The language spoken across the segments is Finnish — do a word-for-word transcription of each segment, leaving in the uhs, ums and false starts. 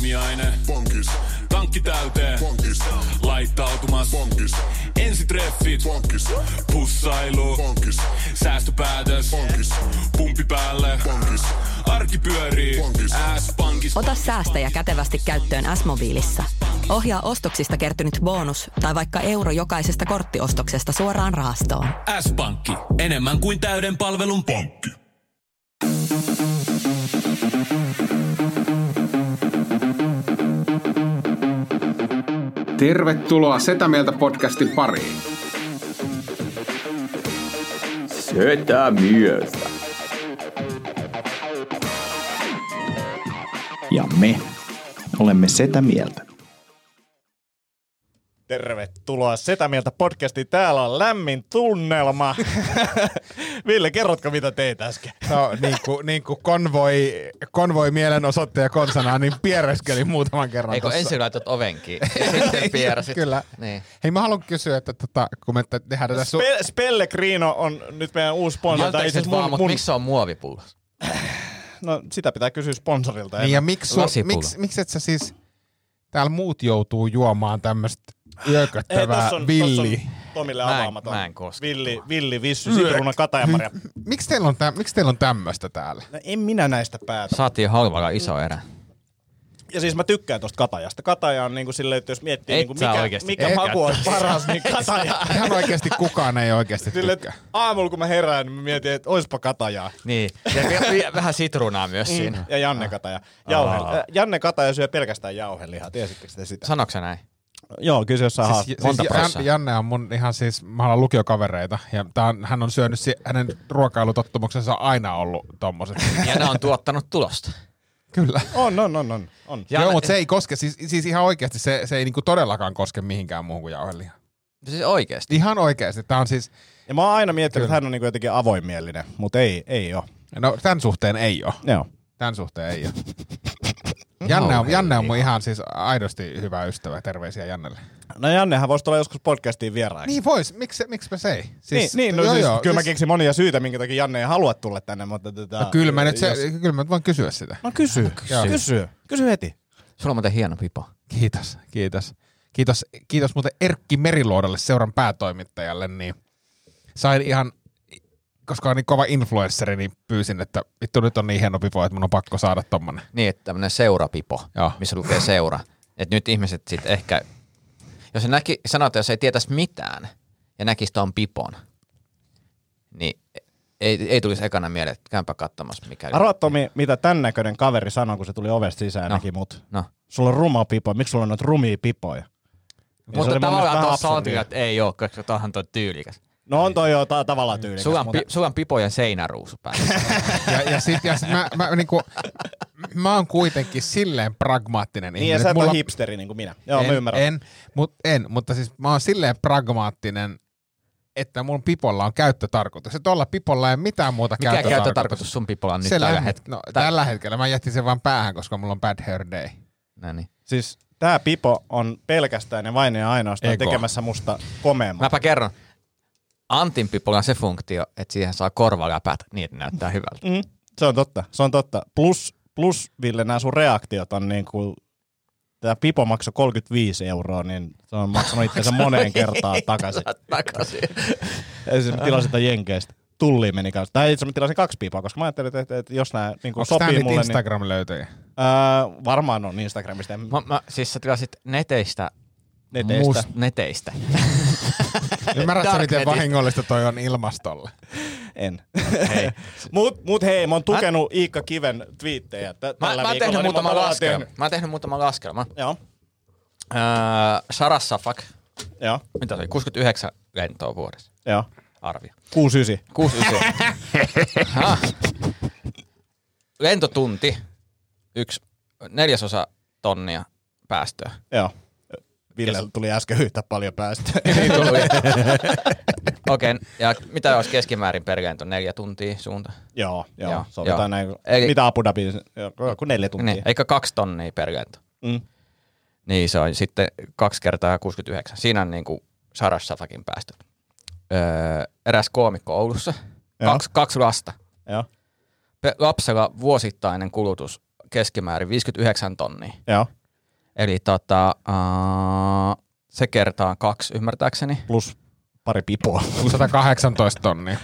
Aamiaine. Pankis. Tankki täyteen. Pankis. Laittautumas. Pankis. Ensitreffit. Pankis. Pussailu. Pankis. Säästöpäätös. Pankis. Pumpi päälle. Pankis. Arki pyörii. Pankis. S-pankis. Ota säästäjä kätevästi käyttöön S-mobiilissa. Ohjaa ostoksista kertynyt bonus tai vaikka euro jokaisesta korttiostoksesta suoraan rahastoon. S-pankki. Enemmän kuin täyden palvelun pankki. Tervetuloa Setä Mieltä podcastin pariin. Setä Mieltä. Ja me olemme Setä Mieltä. Tervetuloa Setä Mieltä podcastiin. Täällä on lämmin tunnelma. Ville, kerrotko mitä teit äsken? No niin kuin, niin kuin konvoi, konvoi mielenosoittaja konsana, niin piereskeli muutaman kerran. Eikö tossa. ensin laitat ovenkin ja sitten pieräsit? Kyllä. Niin. Hei, mä haluan kysyä, että tota, kun me tehdään tätä... Su- Spe- Spellegrino on nyt meidän uusi sponsori. Anteeksi nyt vaan, mutta miksi se on muovipullos? No sitä pitää kysyä sponsorilta. Niin ja miksi miksi miksi et sä siis... Täällä muut joutuu juomaan tämmöstä yököttävää villi. Tomille Mä en- avaamaton. mä en koske. Villi, villi, vissy, sitruuna, katajamarja. Miksi teillä on, tä- miksi teillä on tämmöstä täällä? No, en minä näistä päätä. Saatiin halvalla iso erä. Ja siis mä tykkään tosta katajasta. Kataja on niinku silleen, että jos miettii, Et niinku, sä mikä, oikeesti mikä tykkää maku on paras, niin kataja. Ihan oikeesti kukaan ei oikeesti Silleen, tykkää. että aamulla kun mä herään, niin mä mietin, että oispa katajaa. Niin. Ja vi- vähän sitruunaa myös siinä. Ja Janne Kataja. Jauhe, äh, Janne Kataja syö pelkästään jauhelihaa. Tiesittekö te sitä? Sanoiko sä näin? Joo, kyllä se jossain Siis, haast- siis monta Jan, prossaa. Janne on mun ihan siis, mä ollaan lukiokavereita ja tää on, hän on syönyt, si- hänen ruokailutottumuksensa on aina ollut tommoset. Ja ne on tuottanut tulosta. Kyllä. On, on, on, on. on. Ja Joo, ne- mutta se ei koske, siis, siis ihan oikeasti se, se ei niinku todellakaan koske mihinkään muuhun kuin jauhelihaan. Siis oikeesti. Ihan oikeasti. Tää on siis, Ja mä oon aina miettinyt, Kyllä. että hän on niinku jotenkin avoimielinen, mutta ei, ei oo. no tämän suhteen ei oo. Joo. Tämän suhteen ei oo. Janne on, Janne on mun ihan siis aidosti hyvä ystävä. Terveisiä Jannelle. No Jannehan voisi tulla joskus podcastiin vieraaksi. Niin vois, miksi miksipä se ei? Siis, niin, niin no joo, siis, joo, kyllä mä siis- keksin monia syitä, minkä takia Janne ei halua tulla tänne, mutta tota... No kyllä mä nyt, se, jos... kyllä mä nyt voin kysyä sitä. No kysy, Joo. kysy, kysy, kysy heti. Sulla on muuten hieno pipo. Kiitos, kiitos. Kiitos, kiitos muuten Erkki Meriluodolle, seuran päätoimittajalle, niin sain ihan, koska on niin kova influenssari, niin pyysin, että vittu nyt on niin hieno pipo, että mun on pakko saada tommonen. Niin, että tämmönen seurapipo, Joo. missä lukee seura. Että nyt ihmiset sit ehkä, jos se näki, sanotaan, jos ei tietäisi mitään ja näkisi ton pipon, niin ei, ei tulisi ekana mieleen, että käympä katsomassa mikä. Arvaa Tomi, mitä tän näköinen kaveri sanoi, kun se tuli ovesta sisään ja No. näki mut. No. Sulla on ruma pipo, miksi sulla on noita rumia pipoja? Ja se Mutta oli mun mielestä tavallaan vähän tuossa on absurdia. että ei oo, koska tuohan toi tyylikäs. No on toi jo ta- tavallaan tyylikäs. Sulla on, mutta... pi, sulla on pipojen seinäruusu päällä. Ja, ja sit, ja sit mä, mä, niinku, mä oon kuitenkin silleen pragmaattinen Niin ja ihminen. sä et Mulla- ole hipsteri niin kuin minä. Joo, en, mä ymmärrän. En, mut, en, mutta siis mä oon silleen pragmaattinen, että mun pipolla on käyttötarkoitus. Ja tuolla pipolla ei ole mitään muuta Mikä käyttötarkoitusta. käyttötarkoitus sun pipolla on nyt Se tällä lämmin- hetkellä? No, tällä hetkellä mä jätin sen vaan päähän, koska mulla on bad hair day. No niin. Siis tää pipo on pelkästään ja vain ja ainoastaan Ego. tekemässä musta komeamman. Mäpä kerron. Antin pipolla on se funktio, että siihen saa korvaläpät niin, että näyttää hyvältä. Mm, se on totta, se on totta. Plus, plus Ville, nämä sun reaktiot on niin kuin, tää pipo maksoi kolmekymmentäviisi euroa, niin se on maksanut itsensä moneen kertaan takaisin. Takaisin. Ja siis mä tilasin sitä Jenkeistä. Tulliin meni kanssa. Tai itse asiassa mä tilasin kaksi pipoa, koska mä ajattelin, että, että, että jos nää niin Onko tää sopii niitä mulle, Instagram-löytöjä? niin ää, varmaan on Instagramista. Mä, mä, siis sä tilasit neteistä. Neteistä. Must, neteistä. Ymmärrätkö, miten Darknetista. vahingollista toi on ilmastolle? En. Hei. mut, mut hei, mä oon tukenut Iikka Kiven twiittejä t- Mä, tällä mä oon viikolla. tehnyt niin muutaman tavallaan laskelman. tehnyt- Mä oon tehnyt muutaman laskelman. Joo, Öö, Saras Safak, joo, mitä se oli, kuusikymmentäyhdeksän lentoa vuodessa, joo. arvio. kuusikymmentäyhdeksän. kuusikymmentäyhdeksän. Ha. Lentotunti, yksi neljäsosa tonnia päästöä. Joo. Ville tuli äsken yhtä paljon päästöä. Okei, okay, ja mitä olisi keskimäärin per lento? Neljä tuntia suunta? Joo, joo. Joo, Sovitaan joo. näin. Eli- Mitä Abu Dhabi? Joku neljä tuntia. Niin, eikä kaksi tonnia per lento. Mm. Niin se on sitten kaksi kertaa kuusikymmentäyhdeksän. Siinä on niinku Saras Safakin päästöt. Öö, eräs koomikko Oulussa, Joo. kaksi, kaksi lasta. Joo. Pe- lapsella vuosittainen kulutus keskimäärin viisikymmentäyhdeksän tonnia. Joo. Eli tota, uh, se kertaa kaksi ymmärtääkseni. Plus pari pipoa. sata kahdeksantoista tonnia.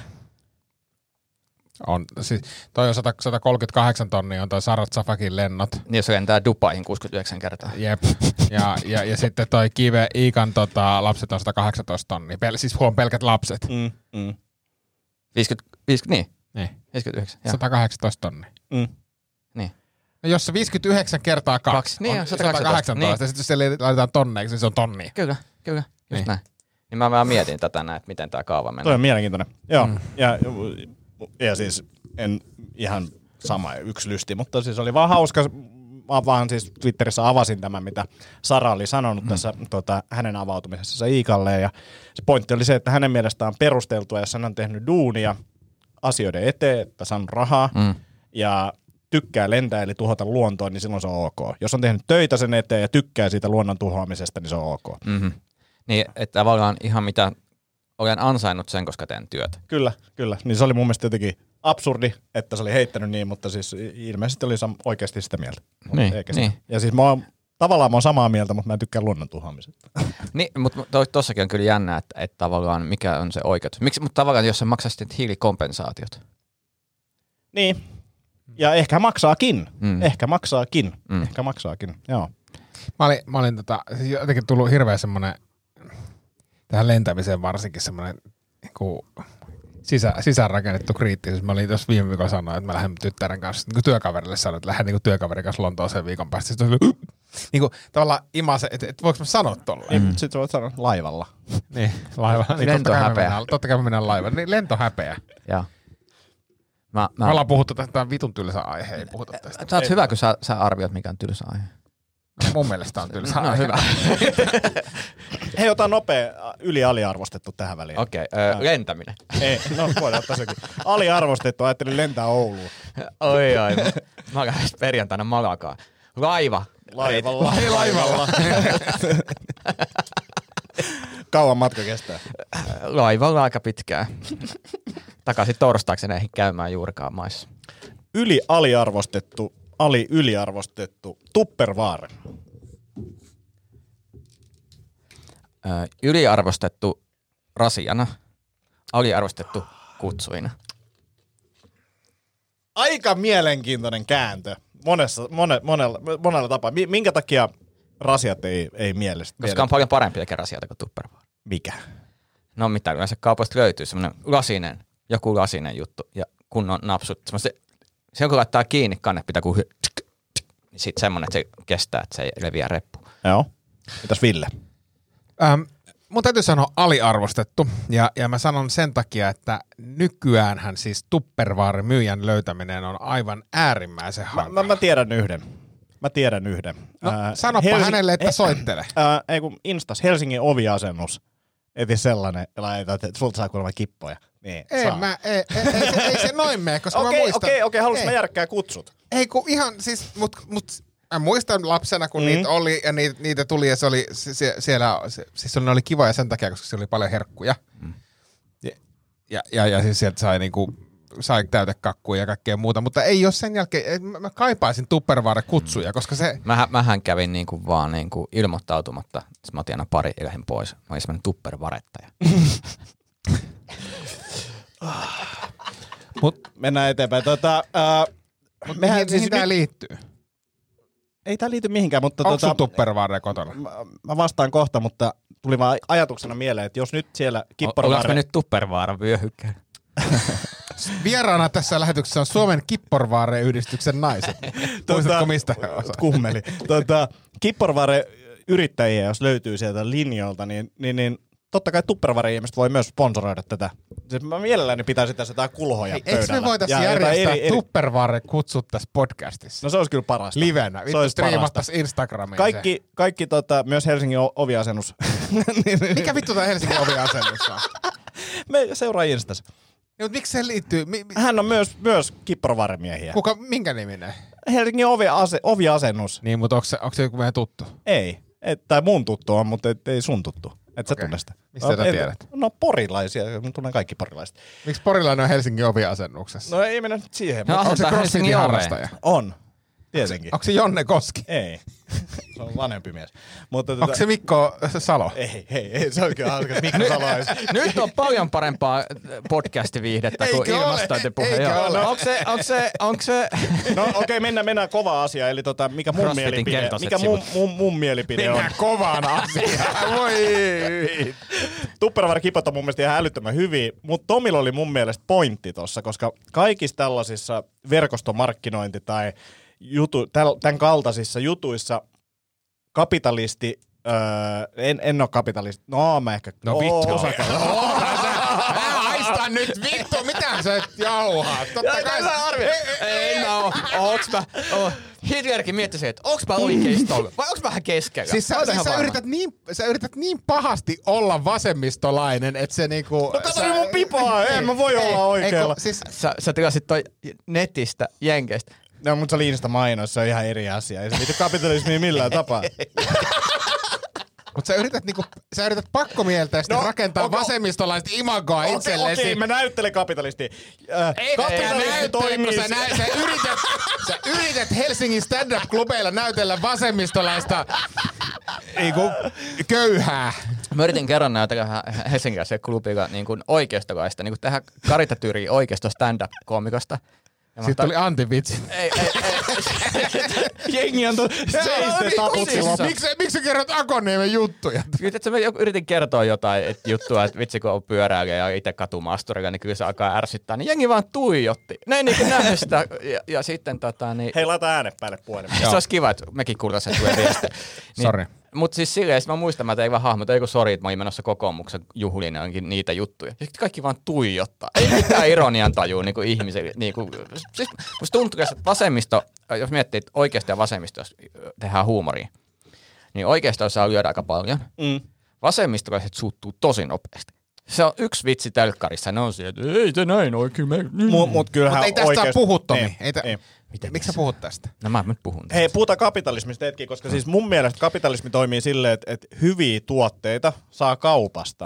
On, siis toi on sata, sata kolmekymmentäkahdeksan tonnia on toi Sarat Safakin lennot. Niin jos se lentää Dubaihin kuusikymmentäyhdeksän kertaa. Jep. Ja, ja, ja sitten toi Kive Iikan tota, lapset on sata kahdeksantoista tonnia. Pel, siis huom pelkät lapset. Mm, mm. viisikymmentä, viisikymmentä, niin. Niin. viisikymmentäyhdeksän. Joo. sata kahdeksantoista tonnia. Mm. Niin. No jos se viisikymmentäyhdeksän kertaa kaksi, Kaksi, niin on on sata kahdeksantoista. niin. Ja sitten jos se laitetaan tonneiksi, niin se on tonnia. Kyllä, kyllä, just Niin. näin. Niin mä vaan mietin tätä näin, että miten tää kaava menee. Toi on mielenkiintoinen. Joo. Mm. Ja, ja siis en ihan sama yksi lysti, mutta siis oli vaan hauska. Mä vaan siis Twitterissä avasin tämän, mitä Sara oli sanonut mm. tässä tota, hänen avautumisessa Iikalle. Ja se pointti oli se, että hänen mielestään on perusteltua, jos hän on tehnyt duunia asioiden eteen, että saanut rahaa Mm. ja tykkää lentää eli tuhota luontoa, niin silloin se on ok. Jos on tehnyt töitä sen eteen ja tykkää siitä luonnon tuhoamisesta, niin se on ok. Mm-hmm. Niin, että tavallaan ihan mitä olen ansainnut sen, koska teen työtä. Kyllä, kyllä. Niin se oli mun mielestä jotenkin absurdi, että se oli heittänyt niin, mutta siis ilmeisesti oli sam- oikeasti sitä mieltä. Niin, Eikä niin. Ja siis mä oon, tavallaan mä oon samaa mieltä, mutta mä en tykkää luonnon tuhoamisesta. Niin, mutta to, tossakin on kyllä jännä, että, että tavallaan mikä on se oikeutus. Miksi, mutta tavallaan jos sä maksat sitten hiilikompensaatiot. Niin. Ja ehkä maksaakin. Mm. Ehkä maksaakin. Mm. Ehkä maksaakin, joo. Mä olin, mä olin tota, siis jotenkin tullut hirveä semmonen, tähän lentämiseen varsinkin semmonen niinku sisä, sisäänrakennettu kriittisyys. Mä olin tuossa viime viikolla sanoa, että mä lähden tyttären kanssa niin työkaverille sanoa, että lähden niin työkaverin kanssa Lontooseen viikon päästä. Sitten oli niin kuin tavallaan imase, että, että voiko mä sanoa tolleen? Mm. Sitten sä voit sanoa laivalla. Niin, laivalla. Niin, Lentohäpeä. Totta kai me mennään laivalla. Niin, lentohäpeä. Joo. Mä, Me mä, ollaan puhuttu tästä, tämä on vitun tylsä aihe, ei puhuta tästä. Sä oot hyvä, kun sä, sä arvioit, mikä on tylsä aihe. Mun mielestä on tylsä No aihe. hyvä. Hei, ota nopea yli-aliarvostettu tähän väliin. Okei, okay, lentäminen. Ei, no voidaan ottaa sekin. Aliarvostettu, ajattelin lentää Ouluun. Oi oi, mä käyn perjantaina Malakaan. Laiva. Laivalla. Ei laivalla. Kauan matka kestää. Laivalla aika pitkään. Takaisin torstaiksi en ehdi käymään juurikaan maissa. Yli-aliarvostettu, ali-yliarvostettu Tupperware. Ö, yliarvostettu rasiana, aliarvostettu kutsuina. Aika mielenkiintoinen kääntö monessa, mone, monella, monella tapaa. Minkä takia rasiat ei, ei mielestä? Koska on paljon parempia rasiaita kuin Tupperware. Mikä? No mitä, yleensä kaupasta löytyy semmoinen lasinen, joku lasinen juttu ja kunnon napsut. Se, se kun laittaa kiinni, kanne pitää kuin niin sitten semmoinen, että se kestää, että se ei leviä reppuun. Joo. Mitäs Ville? Ähm, mun täytyy sanoa aliarvostettu, ja, ja mä sanon sen takia, että nykyäänhän siis Tupperware myyjän löytäminen on aivan äärimmäisen Mä, hankalaa. mä, mä tiedän yhden. Mä tiedän yhden. No, Ää, sanoppa Helsi- hänelle, että Eh, soittele. Ää, ei kun Instas, Helsingin oviasennus. Eti sellainen, ja laitat, että sulta saa kuulemma kippoja. Niin, Ei, saa. mä, ei, ei, ei, se, ei se noin mene, koska mä Okei, muistan. okei, okei, haluaisin Ei. mä järkkää kutsut. Ei kun ihan siis, mut, mut mä muistan lapsena, kun Mm. mm. niitä oli ja niitä, niitä tuli ja se oli se, se, siellä, se, siis ne oli kivoja sen takia, koska siellä oli paljon herkkuja. Mm. Ja, ja, ja, ja siis sieltä sai niinku, sai täytekakkuja ja kaikkea muuta, mutta ei jos sen jälkeen, mä, mä kaipaisin Tupperware-kutsuja, mm. koska se... Mähän, mähän kävin niinku vaan niinku ilmoittautumatta, siis mä otin aina pari ja lähdin pois. Mä olin semmoinen Tupperwarettaja. Mut mennään eteenpäin. Tota, ää, Mut mehän mihin, siis mihin tää nyt- liittyy? ei tää liity mihinkään, mutta Onko tota, sun Tupperware kotona? mä, mä vastaan kohta, mutta tuli vaan ajatuksena mieleen, että jos nyt siellä Ollaanko me Kipporvaare... nyt Tupperwaren vyöhykkään? Vieraana tässä lähetyksessä on Suomen Kipporvaare-yhdistyksen naiset. Muistatko mistä he osaavat? Kummeli. Tota, Kipporvaare yrittäjiä, jos löytyy sieltä linjoilta, niin, niin, niin totta kai Tupperware ihmiset voi myös sponsoroida tätä. Siis mä mielelläni pitäisin tässä jotain kulhoja Hei, pöydällä. eikö me voitaisiin Ja jotain järjestää eri- eri- Tupperware-kutsut tässä podcastissa? No se olisi kyllä parasta. Livenä. Se Vittu olisi parasta. striimattaisiin Instagramiin Kaikki, kaikki tota, myös Helsingin o- oviasennus. se. Mikä vittu tää Helsingin oviasennussa on? Me seuraa Instas. Niin, mutta miksi se liittyy? Mi, mi, Hän on myös, myös Kipporvaare-miehiä. kuka, minkä niminen? Helsingin oviase, oviasennus. Niin, mutta onko se, onko se joku meidän tuttu? Ei. Et, tai mun tuttu on, mutta et, ei sun tuttu. Et sä Okei. tunne sitä. Mistä sä et- tiedät? No porilaisia. Mä tunnen kaikki porilaiset. Miksi porilainen on Helsingin oviasennuksessa? No ei mennä nyt siihen. No, mutta onko se tää crossfitin Helsingin oveen. harrastaja? on. Tietenkin. Onko se Jonne Koski? Ei. Se on vanhempi mies. Mutta Onko se Mikko Salo? Ei, ei, ei. Se on kyllä hauska, että Mikko Salo olisi. Nyt on paljon parempaa podcast-viihdettä kuin Eikö ole? ilmastointipuhe. Eikö Joo. ole? Onko se, onko se, onko se... No okei, okay, mennään, mennään kovaan asiaan. Eli tota, mikä mun Crossfitin mielipide, keltaiset mikä mun, sivut. mun, mun mielipide on. Mennään kovaan asiaan. Voi. Tupperware-kipot on mun mielestä ihan älyttömän hyviä, mutta Tomilla oli mun mielestä pointti tossa, koska kaikissa tällaisissa verkostomarkkinointi- tai jutu, tämän kaltaisissa jutuissa kapitalisti, öö, en, en ole kapitalisti, no mä ehkä... No vittu. Osa, Mä haistan nyt vittu, mitä sä et jauhaa? Totta kai sä arvi. Ei no, onks mä... Oh. Hitlerkin mietti se, että onks mä oikeistolla vai onks mä vähän keskellä? Siis sä, siis sä, yrität niin, sä yrität niin pahasti olla vasemmistolainen, että se niinku... No kato mun pipoa, en mä voi olla oikealla. Siis, Sä, sä tilasit toi netistä, jenkeistä. No mutta se oli Insta mainos, se on ihan eri asia. Ei se liity kapitalismiin millään tapaa. Mutta sä yrität, niinku, sä yrität pakkomielteisesti No, rakentaa okei. vasemmistolaista imagoa Okei, itsellesi. okei, mä näyttelen kapitalisti. Äh, Ei, kapitalismi toimii... Sä, nä, sä, yrität, sä yrität Helsingin stand-up-klubeilla näytellä vasemmistolaista niinku, köyhää. Mä yritin kerran näytä helsinkiläisiä klubilla niin kuin oikeistolaista, niin kuin tehdä karikatyyriä oikeasta stand-up-koomikosta. Sitten tuli antivitsi. Ei, ei, ei. Jengi on seiste taputsilla. Miksi miksi sä kerrot Akoniemen juttuja? Kyllä, että mä yritin kertoa jotain että juttua, että vitsi kun on pyöräilijä ja itse katumasturilla, niin kyllä se alkaa ärsyttää. Niin jengi vaan tuijotti. Ne ei niinku nähnyt sitä. Ja, ja sitten tota niin... Hei, laita ääne päälle puolelle. Se olisi kiva, että mekin kuultaisiin, että tulee viestejä. Niin, Sori. Mutta siis silleen, mä muistan, mä tein vaan hahmota, ei kun sori, että mä olin menossa kokoomuksen juhliin onkin niitä juttuja. Ja sitten kaikki vaan tuijottaa. Ei mitään ironian tajua niin kuin ihmisille. Niin kuin, siis musta tuntuu, että vasemmisto, jos miettii, että oikeasta ja vasemmista tehdään huumoria, niin oikeasta saa lyödä aika paljon. Mm. Vasemmistolaiset suuttuu tosi nopeasti. Se on yksi vitsi telkkarissa, ne on se, että ei se näin oikein. Me... Mut, mut kyllähän Mutta ei tästä oikeasti... saa puhua, Tomi. Ei, Ei, tä... ei. Miksi sä puhut tästä? No mä nyt puhun tästä. Hei, puhutaan kapitalismista hetki, koska siis mun mielestä kapitalismi toimii silleen, että, että hyviä tuotteita saa kaupasta.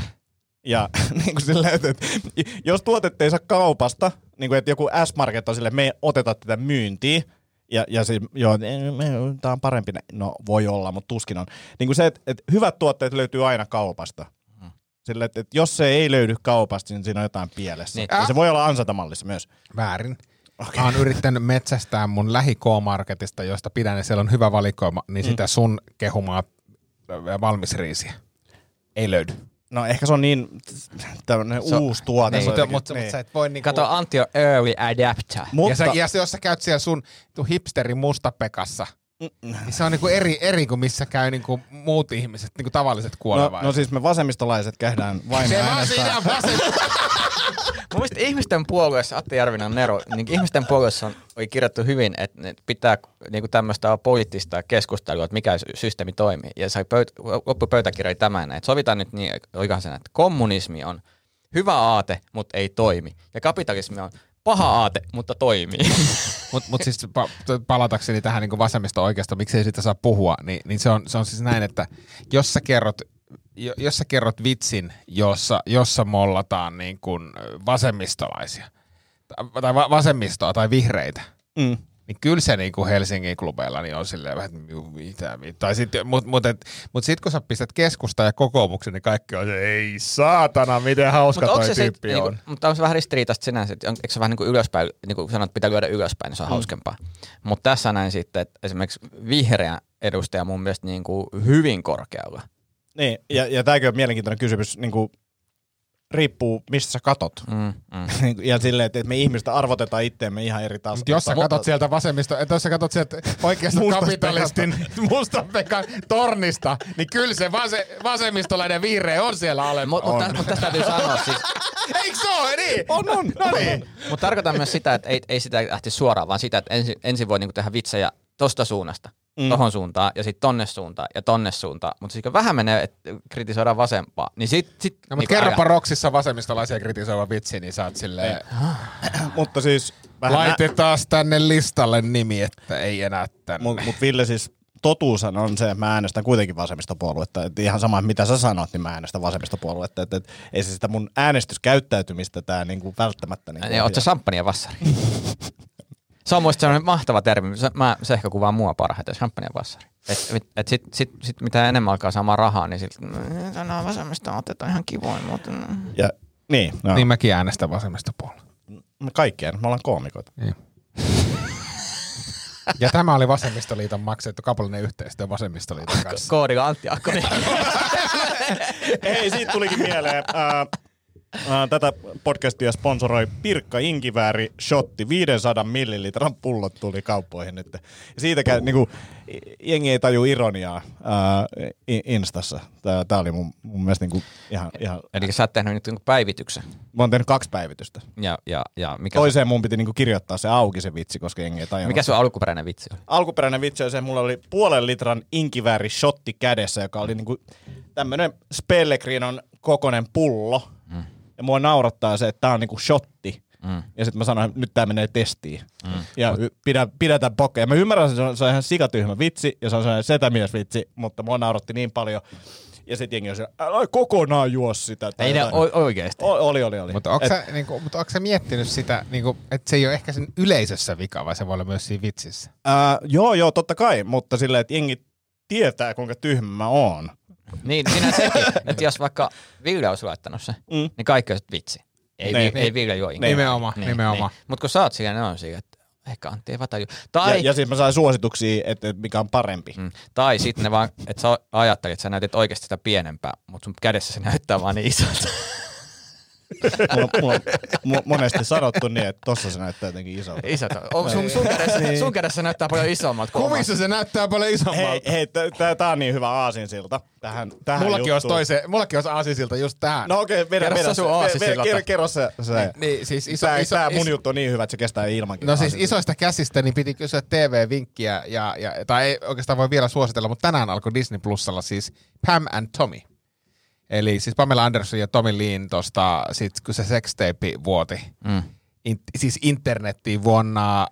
Ja niin kuin silleen, että, että jos tuotetta ei saa kaupasta, niin kuin että joku S-Market on silleen, me ei oteta tätä myyntiin, ja, ja siis, joo, tämä on parempi, no voi olla, mutta tuskin on. Niin kuin se, että, että hyvät tuotteet löytyy aina kaupasta. Silleen, että, että jos se ei löydy kaupasta, niin siinä on jotain pielessä. Niin. Ja se voi olla ansaintamallissa myös. Väärin. Okay. Mä oon yrittänyt metsästää mun lähi K-marketista, josta pidän ja siellä on hyvä valikoima, niin mm. sitä sun kehumaa valmisriisiä ei löydy. No ehkä se on niin tämmönen Se on- uusi tuote. niin. Se on Mutta jotenkin- mut, niin. mut sä et voi niinku... Kato, Antti on early adapter. Mutta, Ja, sä, ja se, jos sä käyt siellä sun tu hipsterin mustapekassa, niin se on niinku eri, eri kuin missä käy niinku muut ihmiset, niinku tavalliset no, kuolevaiset. no siis me vasemmistolaiset kähdään vain se vaan äänestää. siinä vasen... Mun mielestä ihmisten puolueessa, Atte Järvinen on Nero, niin ihmisten puolueessa on, oli kirjattu hyvin, että ne pitää niin tämmöistä poliittista keskustelua, että mikä systeemi toimii. Ja sai pöyt, loppupöytäkirja oli tämän, että sovitaan nyt niin oikein, että kommunismi on hyvä aate, mutta ei toimi. Ja kapitalismi on paha aate, mutta toimii. Mutta mut siis pa- palatakseni tähän niinku vasemmista oikeasta, miksei siitä saa puhua, niin, niin se, on, se on siis näin, että jos sä kerrot, jo- jos sä kerrot vitsin, jossa, jossa mollataan niin kuin vasemmistolaisia, tai va- vasemmistoa tai vihreitä, Mm. niin kyllä se niinku Helsingin klubeilla niin on silleen vähän, että mitä, mitä. Tai sit, mut, mut, et, mut sit kun sä pistät keskusta ja kokoomuksen, niin kaikki on se, ei saatana, miten hauska toi tyyppi niinku, on. mutta on se vähän ristiriitaista sinänsä, että on, eikö se vähän niin kuin ylöspäin, niin kuin sanot, pitää lyödä ylöspäin, niin se on mm. hauskempaa. Mutta tässä näin sitten, että esimerkiksi vihreä edustaja mun mielestä niin kuin hyvin korkealla. Niin, ja, ja tämäkin on mielenkiintoinen kysymys, niin kuin, riippuu mistä sä katot. Mm, mm. Ja silleen, että me ihmistä arvotetaan itteemme ihan eri tasolla. Mut jos sä katot sieltä vasemmista, että jos sä katot sieltä oikeasta Mustas kapitalistin mustan Pekan tornista, niin kyllä se vase, vasemmistolainen vihreä on siellä alempaa. Mutta mut, mut tästä täytyy sanoa siis, Eikö se ole? Niin? On, on. No niin. mutta tarkoitan myös sitä, että ei, ei sitä lähti suoraan, vaan sitä, että ensin, ensin voi niinku tehdä vitsejä tosta suunnasta, mm. tohon suuntaan, ja sitten tonne suuntaan, ja tonne suuntaan. Mutta siis kun vähän menee, että kritisoidaan vasempaa, niin sit... sit No, mutta niinku kerropa älä- Roksissa vasemmistolaisia kritisoiva vitsi, niin sä oot silleen, Mutta siis vähän nä- laitetaan tänne listalle nimi, että ei enää tänne. Mut, mut Ville siis totuushan on se, että mä äänestän kuitenkin vasemmistopuoluetta. Et ihan sama, mitä sä sanot, niin mä äänestän vasemmistopuoluetta. Et, et, ei se sitä mun äänestyskäyttäytymistä tää niinku välttämättä... Niinku Niin, oot sä champagne vassari? Se on muista sellainen mahtava termi. Se, mä, se ehkä kuvaa mua parhaiten, champagnevassari. Että et, et sit, sit, sit mitä enemmän alkaa saamaan rahaa, niin sitten sanoo vasemmista otetaan ihan kivoin. Mutta... Ja, niin, no. Niin mäkin äänestän vasemmista puolella. Me kaikkien, me ollaan koomikoita. Niin. Ja tämä oli Vasemmistoliiton maksettu kaupallinen yhteistyö Vasemmistoliiton kanssa. Koodilla Antti Akkonen. Hei, siitä tulikin mieleen. Ää, ää, tätä podcastia sponsoroi Pirkka Inkivääri Shotti. viisisataa millilitran pullot tuli kauppoihin nyt. Ja siitäkään niinku, jengi ei taju ironiaa ää, Instassa. Tää, tää oli mun, mun mielestä niinku ihan, ihan... Eli sä oot tehnyt nyt niinku päivityksen. Mä oon tehnyt kaksi päivitystä. Ja, ja, ja mikä Toiseen mun piti niinku kirjoittaa se auki se vitsi, koska jengi ei tajunnut. Mikä sun alkuperäinen vitsi oli? Alkuperäinen vitsi oli se, mulla oli puolen litran Inkivääri shotti kädessä, joka oli niinku tämmönen Spellegrinon kokoinen pullo. Mm. Ja mua naurattaa se, että tää on niinku shotti. Mm. Ja sitten mä sanoin, että nyt tää menee testiin. Mm. Ja Mut... pidä, pidetään pokea. Ja mä ymmärrän, että se on, se on ihan sikatyhmä vitsi, ja se on sellainen setämiesvitsi, mutta mua nauratti niin paljon. Ja sit jengi on siellä, älä kokonaan juo sitä. Ei ne o- oikeesti. O- oli, oli, oli. Mutta onko sä, niinku, mut onko sä miettinyt sitä, niinku, että se ei ole ehkä sen yleisössä vika, vai se voi olla myös siinä vitsissä? Ää, joo, joo, totta kai, mutta silleen, että jengi tietää, kuinka tyhmä mä oon. Niin, siinä sekin, että jos vaikka Ville olisi laittanut se, mm. niin kaikki olisi vitsi. Ei, niin, vi- ei Ville juo Inkivääriä. Nimenomaan, niin, nimenomaan. Niin. Mutta kun sä oot siellä, ne on siellä, että ehkä Antti ei vataju. Tai, ja, ja siis mä sain suosituksia, että, että mikä on parempi. Mm. Tai sitten ne vaan, että sä ajattelit, että sä näytit oikeasti sitä pienempää, mutta sun kädessä se näyttää vaan niin isolta. mulla, mulla, mulla monesti sanottu niin, että tossa se näyttää jotenkin isolta. Isolta. Oh, sun, sun, kädessä, sun kädessä näyttää paljon isommalta. Kuvissa se näyttää paljon isommalta. Hei, hei tää on niin hyvä aasinsilta tähän, tähän mullakin olisi toise, mullakin olisi aasinsilta just tähän. No okei, okay, vedä, vedä, sun aasinsilta. Kerro, kerro se. se. Niin, siis iso, tää, iso, tää iso, mun juttu on niin hyvä, että se kestää ilmankin. No siis isoista käsistä niin piti kysyä T V-vinkkiä, ja, ja, tai ei oikeastaan voi vielä suositella, mutta tänään alkoi Disney Plusalla siis Pam and Tommy. Eli siis Pamela Anderson ja Tommy Leen tosta, sit kun se sextape vuoti, mm. in, siis internettiin vuonna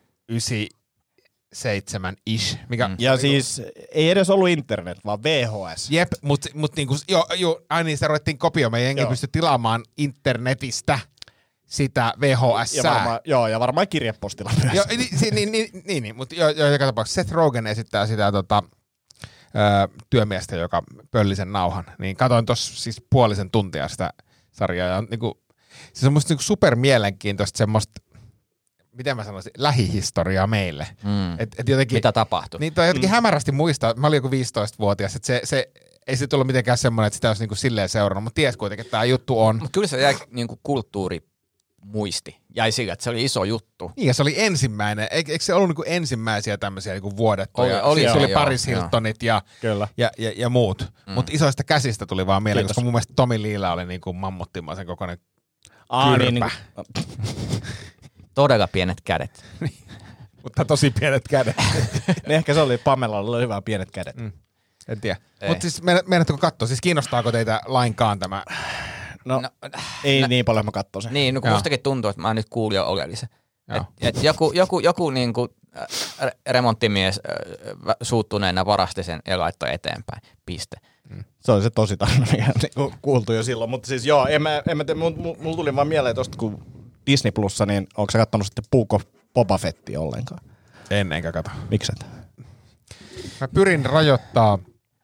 yhdeksänkymmentäseitsemän-ish. Mikä, mm. Ja niinku, siis ei edes ollut internet, vaan V H S. Jep, mutta mut niinku, joo, jo, ai niin, se ruvettiin kopioimaan, ja jengi pystyi tilaamaan internetistä sitä V H S. Ja varmaan, joo, ja varmaan kirjepostilla myös. Joo, niin, niin, niin, niin, niin, niin mutta jo, jo, joka tapauksessa Seth Rogen esittää sitä tota, Öö, työmiestä, joka pölli sen nauhan, niin katoin tuossa siis puolisen tuntia sitä sarjaa, ja niinku, se on musta niinku super mielenkiintoista semmoista, miten mä sanoisin, lähihistoriaa meille. Mm. Et, et jotenkin, mitä tapahtui? Niin toi jotenkin mm. hämärästi muistaa, mä olin joku viisitoistavuotias, että se, se ei se tullut mitenkään semmoinen, että sitä olisi niinku silleen seurannut, mutta ties kuitenkin, että tämä juttu on. Mutta kyllä se jäi niinku kulttuuri muisti. Jäi sillä, että se oli iso juttu. Niin, ja se oli ensimmäinen. Eikö, eikö se ollut niinku ensimmäisiä tämmöisiä niinku vuodettuja? Oli, oli, se oli joo, Paris Hiltonit ja, ja, ja, ja muut. Mm. Mutta isoista käsistä tuli vaan mieleen, koska mun mielestä Tommy Leella oli niinku mammuttimaisen kokoinen Aa, kyrpä. Niin, niin, todella pienet kädet. Mutta tosi pienet kädet. niin ehkä se oli Pamelalla, oli hyvä pienet kädet. Mm. En tiedä. Mutta siis meinatteko katsoa? Siis kiinnostaako teitä lainkaan tämä? No, no ei no, niin paljon mä katson sen. Niin, no kun mustakin tuntuu, että mä nyt kuulin jo oleellisen. Että et joku, joku, joku niinku, äh, remonttimies äh, suuttuneena varasti sen ja laittoi eteenpäin. Piste. Mm. Se oli se tosi tarina, mikä niinku kuultu jo silloin. Mutta siis joo, en mä, en mä te, mulla mul tuli vaan mieleen tosta, kun Disney Plussa, niin onko sä kattonut sitten Puuko Boba Fettia ollenkaan? En, enkä kato. Mikset? Mä pyrin rajoittaa.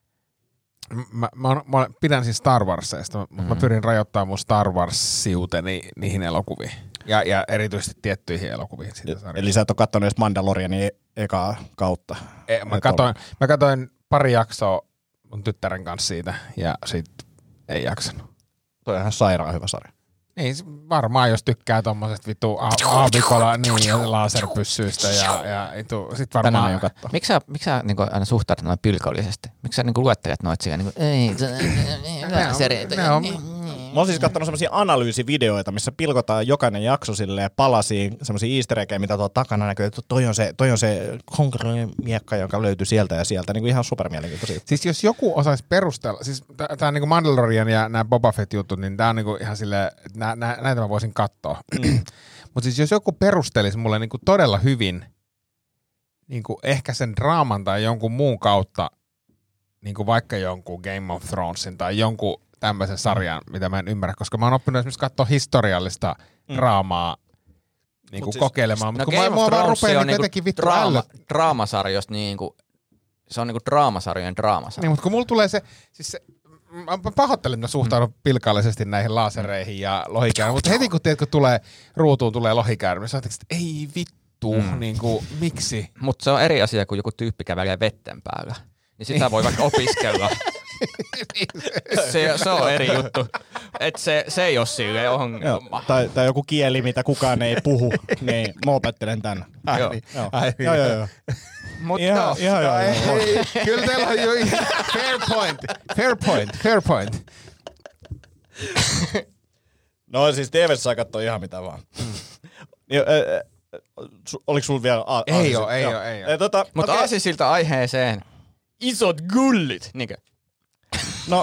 Mä, mä, mä pidän siis Star Warsista, mutta mm. mä pyrin rajoittamaan mun Star Wars-siuteni niihin elokuviin. Ja, ja erityisesti tiettyihin elokuviin. Siitä Eli sä et ole kattonut edes Mandalorianin ekaa kautta? E, mä, katoin, mä katoin pari jaksoa mun tyttären kanssa siitä, ja sit ei jaksanut. Toi on ihan sairaan hyvä sarja. Niin, varmaan jos tykkää tommosesta vittu aavikolla niin, ja laserpyssyistä ja, ja itu, sit varmaan... Tänään jo kattoo. Miksi sä, miksi sä niin aina suhtaudut noin pilkollisesti? Miksi sä niin luettelet noit siellä niin kuin, ei, lasereita? Mä oon siis katsonut semmosia analyysivideoita, missä pilkotaan jokainen jakso silleen palasiin, semmosia easter eggejä, mitä tuolla takana näkyy, että toi on se, toi on se konkreettinen miekka, joka löytyy sieltä ja sieltä, niin kuin ihan supermielenkiintoisia. Siis jos joku osaisi perustella, siis tää on niinku Mandalorian ja nämä Boba Fett jutut, niin tää on niinku ihan silleen, nä, nä, näitä mä voisin katsoa. Mutta siis jos joku perustelisi mulle niinku todella hyvin, niinku ehkä sen draaman tai jonkun muun kautta, niinku vaikka jonkun Game of Thronesin tai jonkun tämmöisen sarjan, mitä mä en ymmärrä, koska mä oon oppinut esimerkiksi katsoa historiallista mm. draamaa niinku siis- kokeilemaan. No Mut kun Game mä, of mua vaan Thrones rupee on niinku niinku jotenkin vittu draama, ällöt. draamasarjoista niinku, se on niinku draamasarjojen draamasarja. Niin, mutta kun mulla tulee se, siis se, mä pahoittelen, että mä suhtaudun mm. pilkallisesti näihin lasereihin ja lohikäärmiin, mutta heti kun, tiedät, kun tulee ruutuun tulee lohikäärmi, sä että ei vittu, mm. niin kuin, miksi? Mutta se on eri asia, kun joku tyyppi kävelee vetten päällä. Niin sitä voi vaikka opiskella. se, se on eri juttu. Et se, se ei ole silleen ongelma. Tai, tai joku kieli, mitä kukaan ei puhu, niin mä opettelen tän. Ai, Joo. niin. Joo. Ai, Joo, joo, joo. Mutta Ihan, ihan joo. ei, joo. ei, kyllä teillä on jo fair point, fair point, fair point. No siis T V:ssä saa katsoa ihan mitä vaan. Jo, ä, ä, su- Oliko sulla vielä a- Ei aasisilta? oo, ei Joo. oo, ei oo. Ei, Tota, Mutta okei. aasisilta aiheeseen. Isot gullit. Niinkö? No,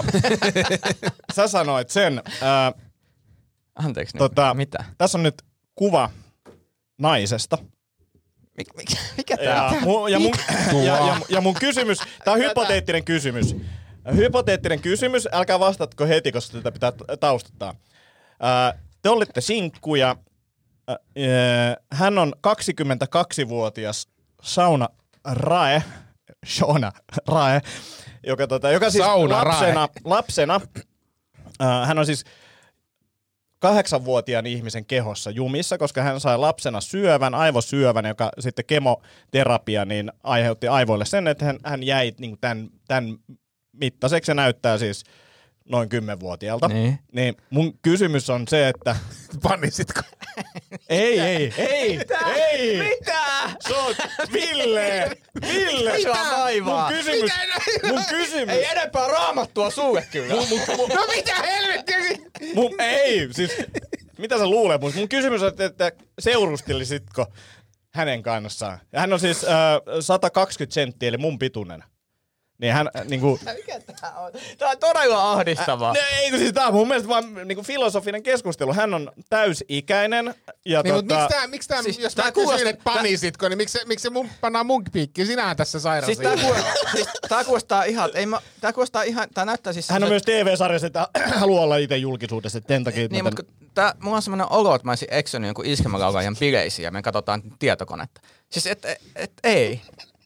sä sanoit sen. Ää, Anteeksi. Niin. tota, Mitä? Tässä on nyt kuva naisesta. Mik, mik, mikä tää Ja, on? mun, ja, mun, ja, ja, ja mun kysymys, tää on hypoteettinen kysymys. Hypoteettinen kysymys, älkää vastatko heti, koska tätä pitää taustuttaa. Ää, te olitte sinkkuja. Ää, hän on kaksikymmentäkaksivuotias Sauna Rae, Shona Rae, joka, tota, joka siis Sauna lapsena, Rae. lapsena ää, hän on siis kahdeksanvuotiaan ihmisen kehossa jumissa, koska hän sai lapsena syövän, aivosyövän, joka sitten kemoterapia niin aiheutti aivoille sen, että hän, hän jäi niin kuin tämän, tämän mittaiseksi. Se näyttää siis noin kymmenvuotiaalta. Niin. Niin mun kysymys on se, että Panisitko? ei, ei, ei, ei. Mitä? Se on Ville, Ville. Mitä sua vaivaa? Mun kysymys, mun kysymys. Ei enempää raamattua sulle kyllä. Mun, mun, mun, No mitä helvettiä? mun, ei, siis mitä sä luulet? Mun, mun kysymys on, että, että seurustelisitko hänen kanssaan? Ja hän on siis äh, sata kaksikymmentä senttiä, eli mun pituinen. Niin hän äh, niinku... Mikä tää on? Tää on todella ahdistavaa. Ne, ei, kun siis tää on mun mielestä vaan niinku filosofinen keskustelu. Hän on täysi-ikäinen. Ja Niin, mutta tota, miksi tää, miksi tää, siis jos tää mä kysyin, kuulostaa- että panisitko, niin miksi, miksi se mun pannaan mun piikkiin? Sinähän tässä sairaus. Siis tää, kuulostaa, siis tää kuulostaa ihan, ei mä, tää kuulostaa ihan, tää näyttää siis... hän on myös T V-sarjassa, että haluaa olla itse julkisuudessa. Että sen takia, Niin, mä mutta kun tää, mulla on semmoinen olo, että mä olisin eksynyt jonkun iskelmälaulajan bileisiin ja me katsotaan tietokonetta. Siis et, et, et ei.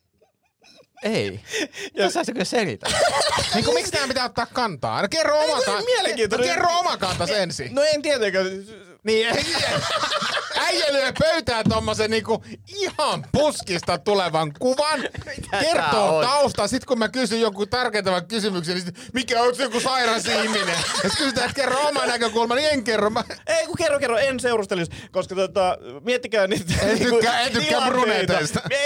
Ei. Ja sä se kyllä selitä. Niin kuin, miksi tää pitää ottaa kantaa? No kerro oma kun kantaa. mielenkiintoinen. No kerro oma kantas ensin. No en tietenkään. Niin, ei, äijä lyö pöytää tommosen niinku ihan puskista tulevan kuvan, tää kertoo on? taustaa, sit kun mä kysyn jonkun tarkentavan kysymyksen, niin sit, mikä on se joku sairas ihminen? Jos kysytään, että kerro oma näkökulma, niin en kerro. Mä... Ei kun kerro, kerro, en seurustelisi, koska tota, miettikää niitä... En niinku tykkää, en tykkää tilanteita. bruneteista. Ei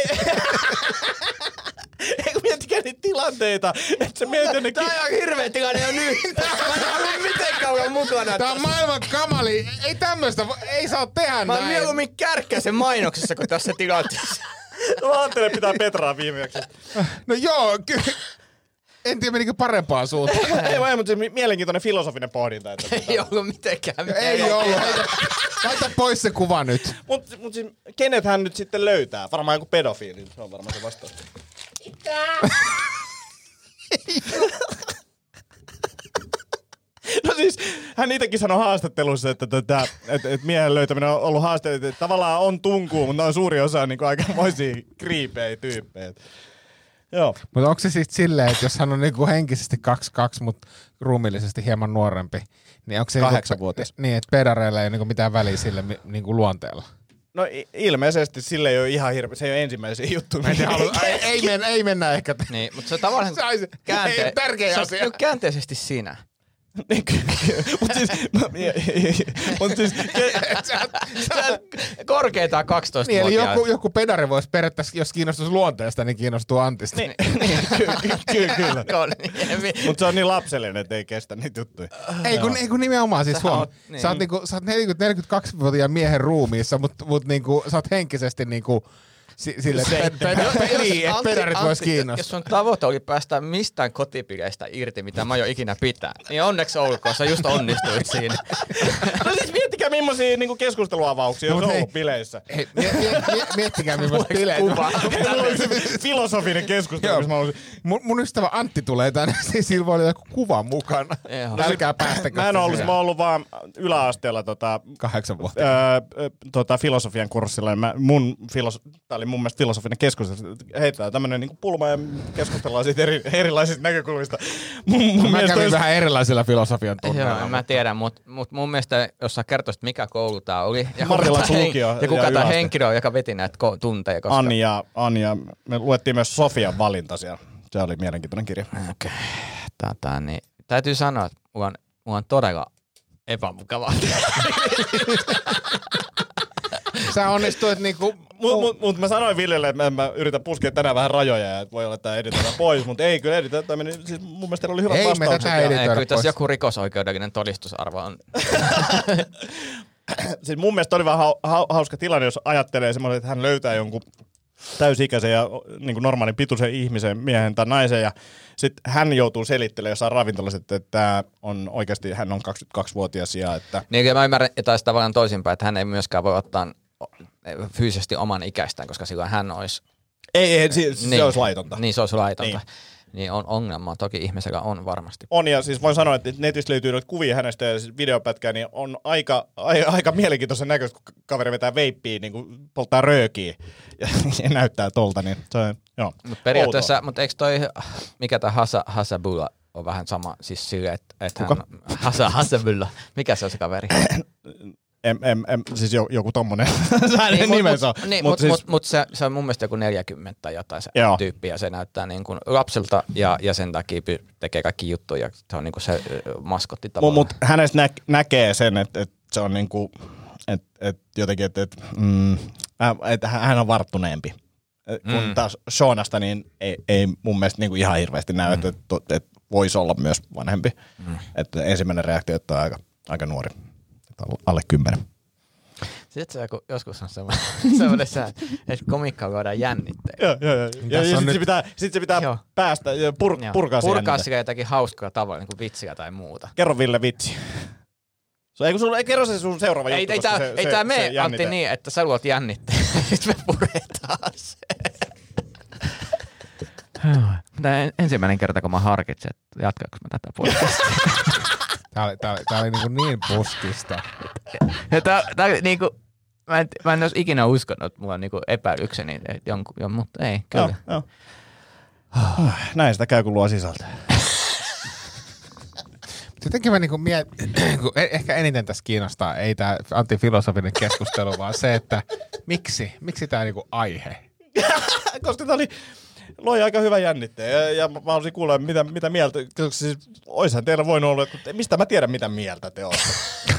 ei, kun miettikää niitä tilanteita, että se meet jonnekin... Tää on ihan hirveä tilanne jo nyt. Mä en halua mitenkään olla mukana. Tää on maailman kamali, ei tämmöstä, vo- ei saa tehdä Mä oon näin. mieluummin kärkkäsen mainoksessa kuin tässä tilanteessa. Mä ajattelin, pitää Petraa viimeksi. No joo, kyllä. En tiedä menikö parempaan suuntaan. Ei vaan, mutta se mielenkiintoinen filosofinen pohdinta. Että, tota, Ei ollut mitenkään. Ei ollut. Heitä, laita pois se kuva nyt. Mutta mut siis, kenet hän nyt sitten löytää? Varmaan joku pedofiili, se on varmaan se vastaus. No siis, hän itsekin sanoi haastattelussa, että, että, että, että miehen löytäminen on ollut haaste, että tavallaan on tunkuu, mutta on suuri osa niin aikamoisia kriipejä tyyppejä. Joo. Mutta onko se sitten silleen, että jos hän on niinku henkisesti kaksi kaksi, mutta ruumiillisesti hieman nuorempi, niin onko se Kahdeksanvuotias. Niinku, niin, että pedareilla ei ole niinku mitään väliä sille mi- niinku luonteella? No i- ilmeisesti sille ei ole ihan hirveä, se ei ole ensimmäisiä juttuja. En halua, ei, ei, mennä, ei mennä ehkä. T- Niin, mutta se on tavallaan Se olisi- ei, tärkeä se on asia. niinku käänteisesti sinä. Mutta siis, mut siis Sä oot korkeintaan niin, eli kaksitoista-vuotiaat. joku, joku pedari voisi periaatteessa, jos kiinnostus luonteesta, niin kiinnostuu Antista. niin, kyllä, kyllä, kyllä. Niin, Mutta se on niin lapsellinen, että ei kestä niitä juttuja. Ei kun, ei kun nimenomaan siis Sähän huom. oot- niin. Sä oot, niinku, sä oot neljäkymmentä neljäkymmentäkaksivuotiaan miehen ruumiissa, mutta mut niinku, sä oot henkisesti niinku sille, että niin, että pedarit vois kiinnostaa. Jos sun tavoite oli päästä mistään kotipileistä irti, mitä mä jo ikinä pitää, niin onneksi olkoon, sä just onnistuit siinä. No siis miettikää millaisia niinku keskusteluavauksia on ollut bileissä. Hei, miettikää millaista bileitä. Filosofinen keskustelu, missä mä olisin. Mun, mun ystävä Antti tulee tänne, siis sillä voi olla joku kuva mukana. Älkää päästäkö. Mä en ollut, mä oon ollut vaan yläasteella tota, kahdeksan vuotta. Öö, tota, filosofian kurssilla. Mä, mun filos, tää oli mun mielestä filosofinen keskustelu. Heitetään tämmönen niinku pulma ja keskustellaan siitä eri, erilaisista näkökulmista. Mun, mun mä kävin olisi... vähän erilaisilla filosofian tunneilla. Joo, mä tiedän, mutta mut mun mielestä, jos sä kertoisit, mikä koulu tää oli, ja Martilaksi kuka, lukio ja kuka ja tämä yläaste. henkilö on, joka veti näitä ko- tunteja. Koska... Anni ja, Anni ja me luettiin myös Sofian valinta siellä. Se oli mielenkiintoinen kirja. Okei. Okay. Tätä, niin, täytyy sanoa, että mulla on, mulla on todella epämukavaa. Sä onnistuit niinku... Mutta mut, mut mä sanoin Villelle, että mä, mä yritän puskea tänään vähän rajoja ja että voi olla, että editoidaan pois, mutta ei kyllä editoida. Meni, siis mun mielestä teillä oli hyvät ei vastaukset. Me tätä editoida ei, kyllä pois. tässä joku rikosoikeudellinen todistusarvo on. Siis mun mielestä oli vähän hauska tilanne, jos ajattelee semmoinen, että hän löytää jonkun täysikäisen ja niin kuin normaalin pituisen ihmisen, miehen tai naisen, ja sitten hän joutuu selittelemään jossain ravintolassa, että tämä on oikeasti, hän on kaksikymmentäkaksivuotias ja että... Niin, mä ymmärrän, että taisi tavallaan toisinpäin, että hän ei myöskään voi ottaa fyysisesti oman ikäistään, koska silloin hän olisi... Ei, ei se, se niin, olisi laitonta. Niin, se olisi laitonta. Niin. Niin on ongelma. Toki ihmisellä on varmasti. On, ja siis voin sanoa, että netistä löytyy noita kuvia hänestä ja videopätkää, niin on aika, aika, aika mielenkiintoisen näköistä, kun kaveri vetää veippiä, niin kuin polttaa röökiä ja, ja näyttää tolta, niin se on, joo. Mutta periaatteessa, mutta eikö toi, mikä tämä Hasa, Hasabulla on vähän sama, siis sille, että et hän... Hasa, Hasabulla. Mikä se on se kaveri? Em, em, em, siis joku tommonen hänen niin, nimensä on. Niin, Mut mutta siis, mut, mut se, se on mun mielestä joku neljäkymmentä tai jotain se joo. tyyppi, ja se näyttää niin kuin lapselta, ja, ja sen takia tekee kaikki juttuja, ja se on niin kuin se maskotti tavallaan. Mutta mut hänestä nä- näkee sen, että et se on niin kuin, että et jotenkin, että et, mm, et hän on varttuneempi. Mm. Kun taas Seanasta, niin ei, ei mun mielestä niin kuin ihan hirveästi näy, mm. että et, et voisi olla myös vanhempi. Mm. Että ensimmäinen reaktio, että on aika, aika nuori, että alle kymmenen. Sitten se joku, joskus on semmoinen, semmoinen sää, että komikkaa voidaan jännittää. Joo, joo, joo. Ja, ja sitten nyt... se pitää, sit se pitää joo. päästä, pur, joo. purkaa se Purkaa sitä jotakin hauskaa tavalla, niin kuin vitsiä tai muuta. Kerro Ville vitsi. So, ei, kun sulla, ei kerro se sun seuraava ei, juttu, ei, tää, se, ei se, tää se mene, jännite. Antti, niin, että sä luot jännitteen. Sitten me puretaan se. Tämä ensimmäinen kerta, kun mä harkitsin, että jatkaanko mä tätä podcastia. Tää oli, tää oli, tää oli niin, niin puskista. Ja tää, tää oli niinku, mä en, mä en olisi ikinä uskonut, että mulla on niinku epäilykseni, jonkun, jo, mutta ei, kyllä. Joo, joo. Näin sitä käy, kun luo sisältöä. Jotenkin mä niinku miet, ehkä eniten tässä kiinnostaa, ei tää antifilosofinen keskustelu, vaan se, että miksi, miksi tää niinku aihe? Koska tää oli, loi aika hyvä jännitteen ja, ja mä haluaisin kuulla, mitä, mitä mieltä, koska siis oishan teillä voinut olla, että mistä mä tiedän, mitä mieltä te olette.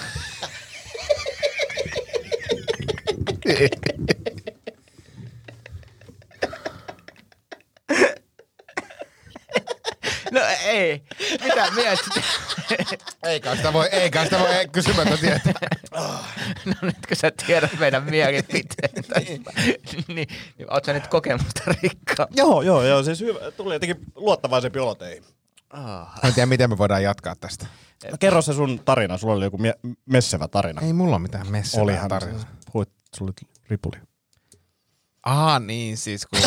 No ei, mitä mieltä? Eikä sitä voi, eikä sitä voi kysymättä tietää. No nyt kun sä tiedät meidän mielipiteen tästä, niin, niin oot sä nyt kokemusta rikkaa? Joo, joo, joo, siis hyvä, tuli jotenkin luottavaisempi olo teihin. Oh. En tiedä, miten me voidaan jatkaa tästä. No, kerro se sun tarina, sulla oli joku mie- messevä tarina. Ei mulla ole mitään messevää Olihan tarina. Puhuit, sulla oli ripuli. Ah, niin siis kun...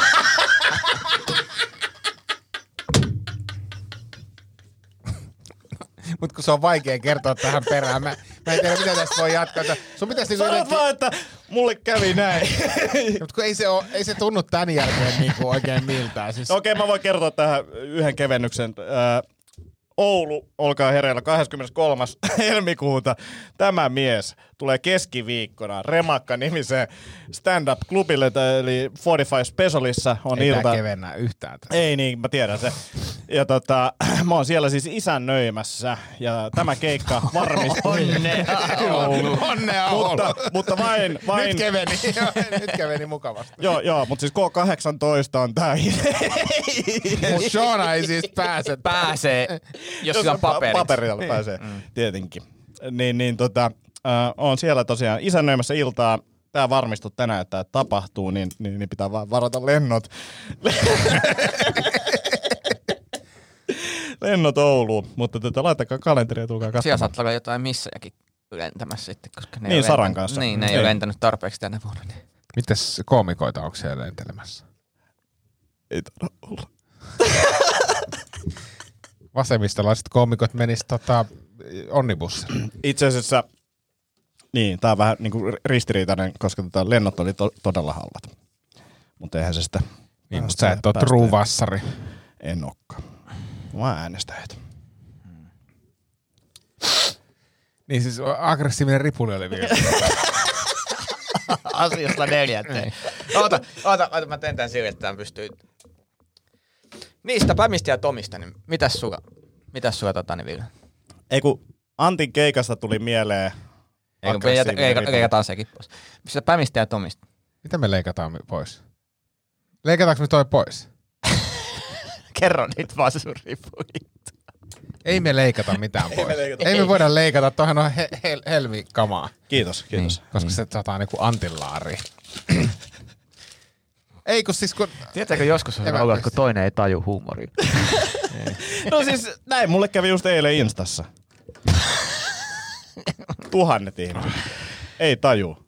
Mut kun se on vaikea kertoa tähän perään, mä, mä en tiedä mitä tästä voi jatkaa. Sun pitäisi niinku Sanot vaan, että mulle kävi näin. Mut kun ei se, oo, ei se tunnu tän jälkeen niinku oikein miltään. Siis... No okei, okay, mä voin kertoa tähän yhden kevennyksen. Ää, Oulu, olkaa hereillä, kahdeskymmeneskolmas helmikuuta. Tämä mies tulee keskiviikkona Remakka-nimiseen stand-up-klubille, eli neljäkymmentäviisi Specialissa on ei ilta. Ei tää kevennää yhtään. Tästä. Ei niin, mä tiedän se. Ja tota, mä oon siellä siis isännöimässä, ja tämä keikka varmistuu. Onnea Oulu. Onnea Oulu. Mutta, mutta vain, vain... Nyt keveni, nyt keveni mukavasti. Joo, joo, mutta siis K kahdeksantoista on tää. Mut Shauna ei siis pääse. Pääsee, jos sillä on paperit. Paperilla pääsee, mm. tietenkin. Niin, niin tota, äh, on siellä tosiaan isännöimässä iltaa, tää varmistu tänään, että tämä tapahtuu, niin, niin, niin pitää vaan varata lennot. lennot Ouluun, mutta tätä laittakaa kalenteria ja tulkaa katsomaan. Siellä saattaa olla jotain missäjäkin lentämässä sitten, koska ne niin, ei Saran lentänyt, kanssa. Niin, ne ei, ei ole lentänyt tarpeeksi tänä vuonna. Niin. Mites koomikoita onko siellä lentelemässä? Ei taida olla. Vasemmistolaiset koomikot menis tota onnibussilla. Itse asiassa, niin, tää on vähän niinku ristiriitainen, koska tota lennot oli to- todella halvat. Mutta eihän se sitä... Niin, mutta sä et oo true vassari. En olekaan. Mä äänestän heitä. Niin siis aggressiivinen ripuli oli vielä. Asiasta neljänteen. Oota, oota, oota, mä teen tän sille, että tämän pystyy... Niistä Pämistä ja Tomista, niin mitäs sulla, mitäs sulla tota, niin Ville? Ei kun Antin keikasta tuli mieleen Ei kun leikataan sekin pois. Mistä Pämistä ja Tomista? Mitä me leikataan pois? Leikataanko me toi pois? Kerro nyt vaan sun ripulit. Ei me leikata mitään pois. me leikata. Ei me voida leikata, toihan on he, he, helmikamaa. Kiitos, kiitos. Niin, koska mm. se sataa niinku antilaari. Ei kun siis kun... Tiedätkö joskus on ollut, kun toinen ei taju huumoria? No siis näin mulle kävi just eilen Instassa. Tuhannet ihmiset. Ei taju.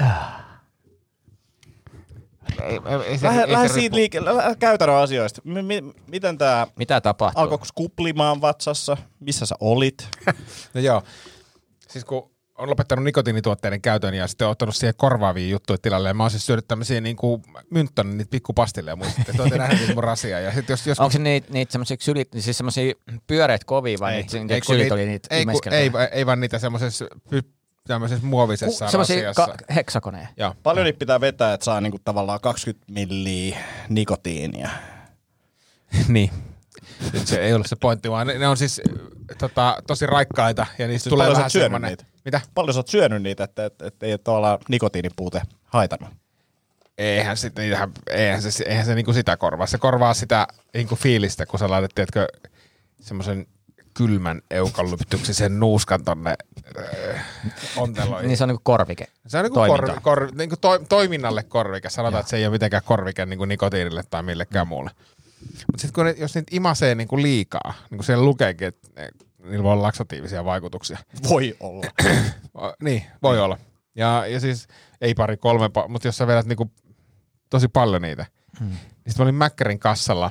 Ei, ei, se, Lähde, ei lähde se siitä riippu- liike- käytännön asioista. M- mi- miten tää... Mitä tapahtuu? Alkoiko kuplimaan vatsassa? Missä sä olit? No joo. Siis kun on lopettanut nikotiinituotteiden käytön ja sitten on ottanut siihen korvaavia juttuja tilalle. Ja mä oon siis syönyt tämmöisiä niinku mynttänyt niitä pikkupastilleja muistatte. Te ootte nähneet mun rasia. Ja sit jos, jos Onko se niitä, niitä semmosia sylit, siis semmosia pyöreät kovia vai Ei. niitä, niitä ei, kun sylit niitä- oli niitä ei, kun- imeskeltäviä? ei, ei vaan niitä semmoisessa py- tämmöisessä muovisessa Semmosia rasiassa. ka- heksakoneja. Joo. Paljon niitä pitää vetää, että saa niinku tavallaan kaksikymmentä milliä nikotiinia. Niin. Nyt se ei ole se pointti, vaan ne, ne on siis tota, tosi raikkaita ja niistä Siis tulee paljon sä vähän oot syönyt semmoinen... niitä? Mitä? Paljon sä oot syönyt niitä, että et, et ei ole tavallaan nikotiinipuute haitannut? Eihän, sit, niitähän, eihän se, eihän se niinku sitä korvaa. Se korvaa sitä niinku fiilistä, kun sä laitat, tiedätkö, semmoisen kylmän eukalyptuksisen nuuskan tonne äh, onteloihin. Niin se on niinku korvike. Se on niinku, toiminta. kor, kor, niinku to, toiminnalle korvike. Sanotaan, että se ei ole mitenkään korvike niinku nikotiinille tai millekään muulle. Mutta sitten kun ne, jos niitä imasee niinku liikaa, niin kuin siellä lukeekin, että ne, niillä voi olla laksatiivisia vaikutuksia. Voi olla. Niin, voi olla. Ja, ja siis ei pari kolme, mutta jos sä vedät niinku tosi paljon niitä. Hmm. Niin sitten mä olin Mäkkärin kassalla.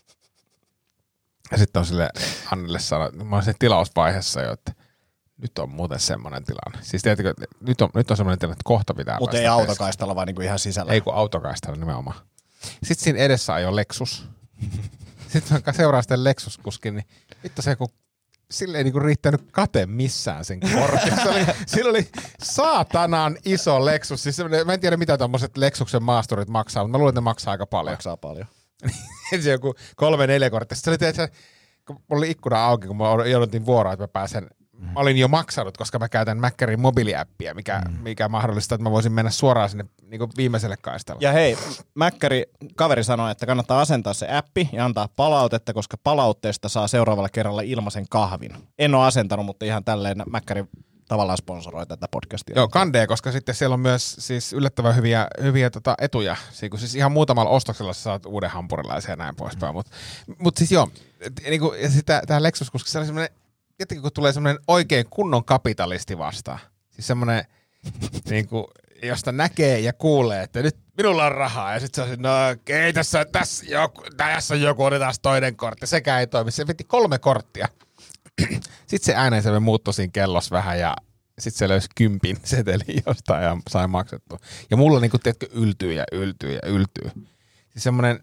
Ja sitten on sille Annille sanonut, mä olin siinä tilausvaiheessa jo, että nyt on muuten semmoinen tilanne. Siis tiedätkö, nyt on, nyt on semmoinen tilanne, että kohta pitää Mutta ei autokaistalla, vaan niinku ihan sisällä. Ei kun autokaistalla nimenomaan. Sitten siinä edessä ajoi Lexus. Sitten mä seuraan sitä Lexus-kuskin, niin vittu se kun sille ei niinku riittänyt kate missään sen kortissa. Oli, sillä oli saatanan iso Lexus. Siis mä en tiedä mitä tommoset Lexuksen maasturit maksaa, mutta mä luulen, että ne maksaa aika paljon. Maksaa paljon. Se joku kolme neljä korttia. Sitten se oli, tiedätkö, kun mulla oli ikkuna auki, kun mä jouduttiin vuoroon, että mä pääsen. Mä olin jo maksanut, koska mä käytän Mäkkärin mobiiliäppiä, mikä, mm. mikä mahdollistaa, että mä voisin mennä suoraan sinne niin kuin viimeiselle kaistalle. Ja hei, Mäkkäri, kaveri sanoi, että kannattaa asentaa se appi ja antaa palautetta, koska palautteesta saa seuraavalla kerralla ilmaisen kahvin. En ole asentanut, mutta ihan tälleen Mäkkäri tavallaan sponsoroi tätä podcastia. Joo, kandee, koska sitten siellä on myös siis yllättävän hyviä, hyviä tota, etuja. Siis ihan muutamalla ostoksella sä saat uuden hampurilaisen ja näin poispäin. Mutta mut siis joo, niinku, ja sitten tämä Lexus, koska se oli semmoinen, tietenkin kun tulee semmoinen oikein kunnon kapitalisti vastaan. Siis semmoinen, niinku, josta näkee ja kuulee, että nyt minulla on rahaa. Ja sitten se on, no okei, tässä, tässä, joku, tässä on joku, otetaan toinen kortti. Sekään ei toimi. Se veti kolme korttia. Sitten se äänensävy muuttui siinä kellossa vähän ja sitten se löysi kympin seteli jostain ja sai maksettua. Ja mulla niinku, tiedätkö, yltyy ja yltyy ja yltyy. Siis semmoinen,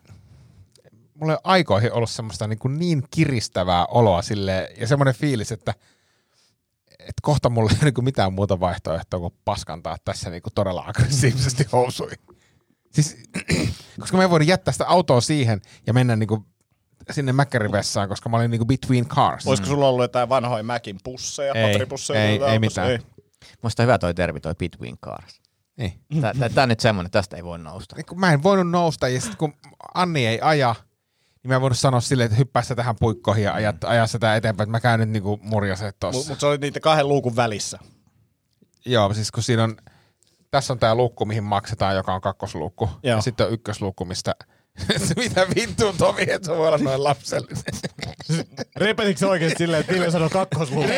mulla ei aikoihin ollut semmoista niinku niin kiristävää oloa silleen, ja semmoinen fiilis, että, että kohta mulla ei ole niinku mitään muuta vaihtoehtoa kuin paskantaa tässä niinku todella aggressiivisesti housuihin. Siis, koska mä en voinut jättää sitä autoa siihen ja mennä niinku sinne Mäkkärivessaan, koska mä olin niinku between cars. Olisiko sulla ollut jotain vanhoja Mäkin pusseja, ei, paperipusseja? Ei, ei mitään. Ei. Musta hyvä toi termi, toi between cars. Niin. Tää on nyt semmonen, tästä ei voi nousta. Niin, mä en voinut nousta, ja sitten kun Anni ei aja, niin mä en voinut sanoa silleen, että hyppää sä tähän puikkoihin ja ajat, ajaa sitä eteenpäin, että mä käyn nyt niinku murjaset tossa. Mutta mut se oli niitä kahden luukun välissä. Joo, siis kun siinä on tässä on tää luukku, mihin maksetaan, joka on kakkosluukku. Joo. Ja sitten on ykkösluukku, mistä... Mitä vittua, Tomi, että se voi olla noin lapsellinen. Repetikö se oikeesti silleen, että Ville sanoi kakkosluku?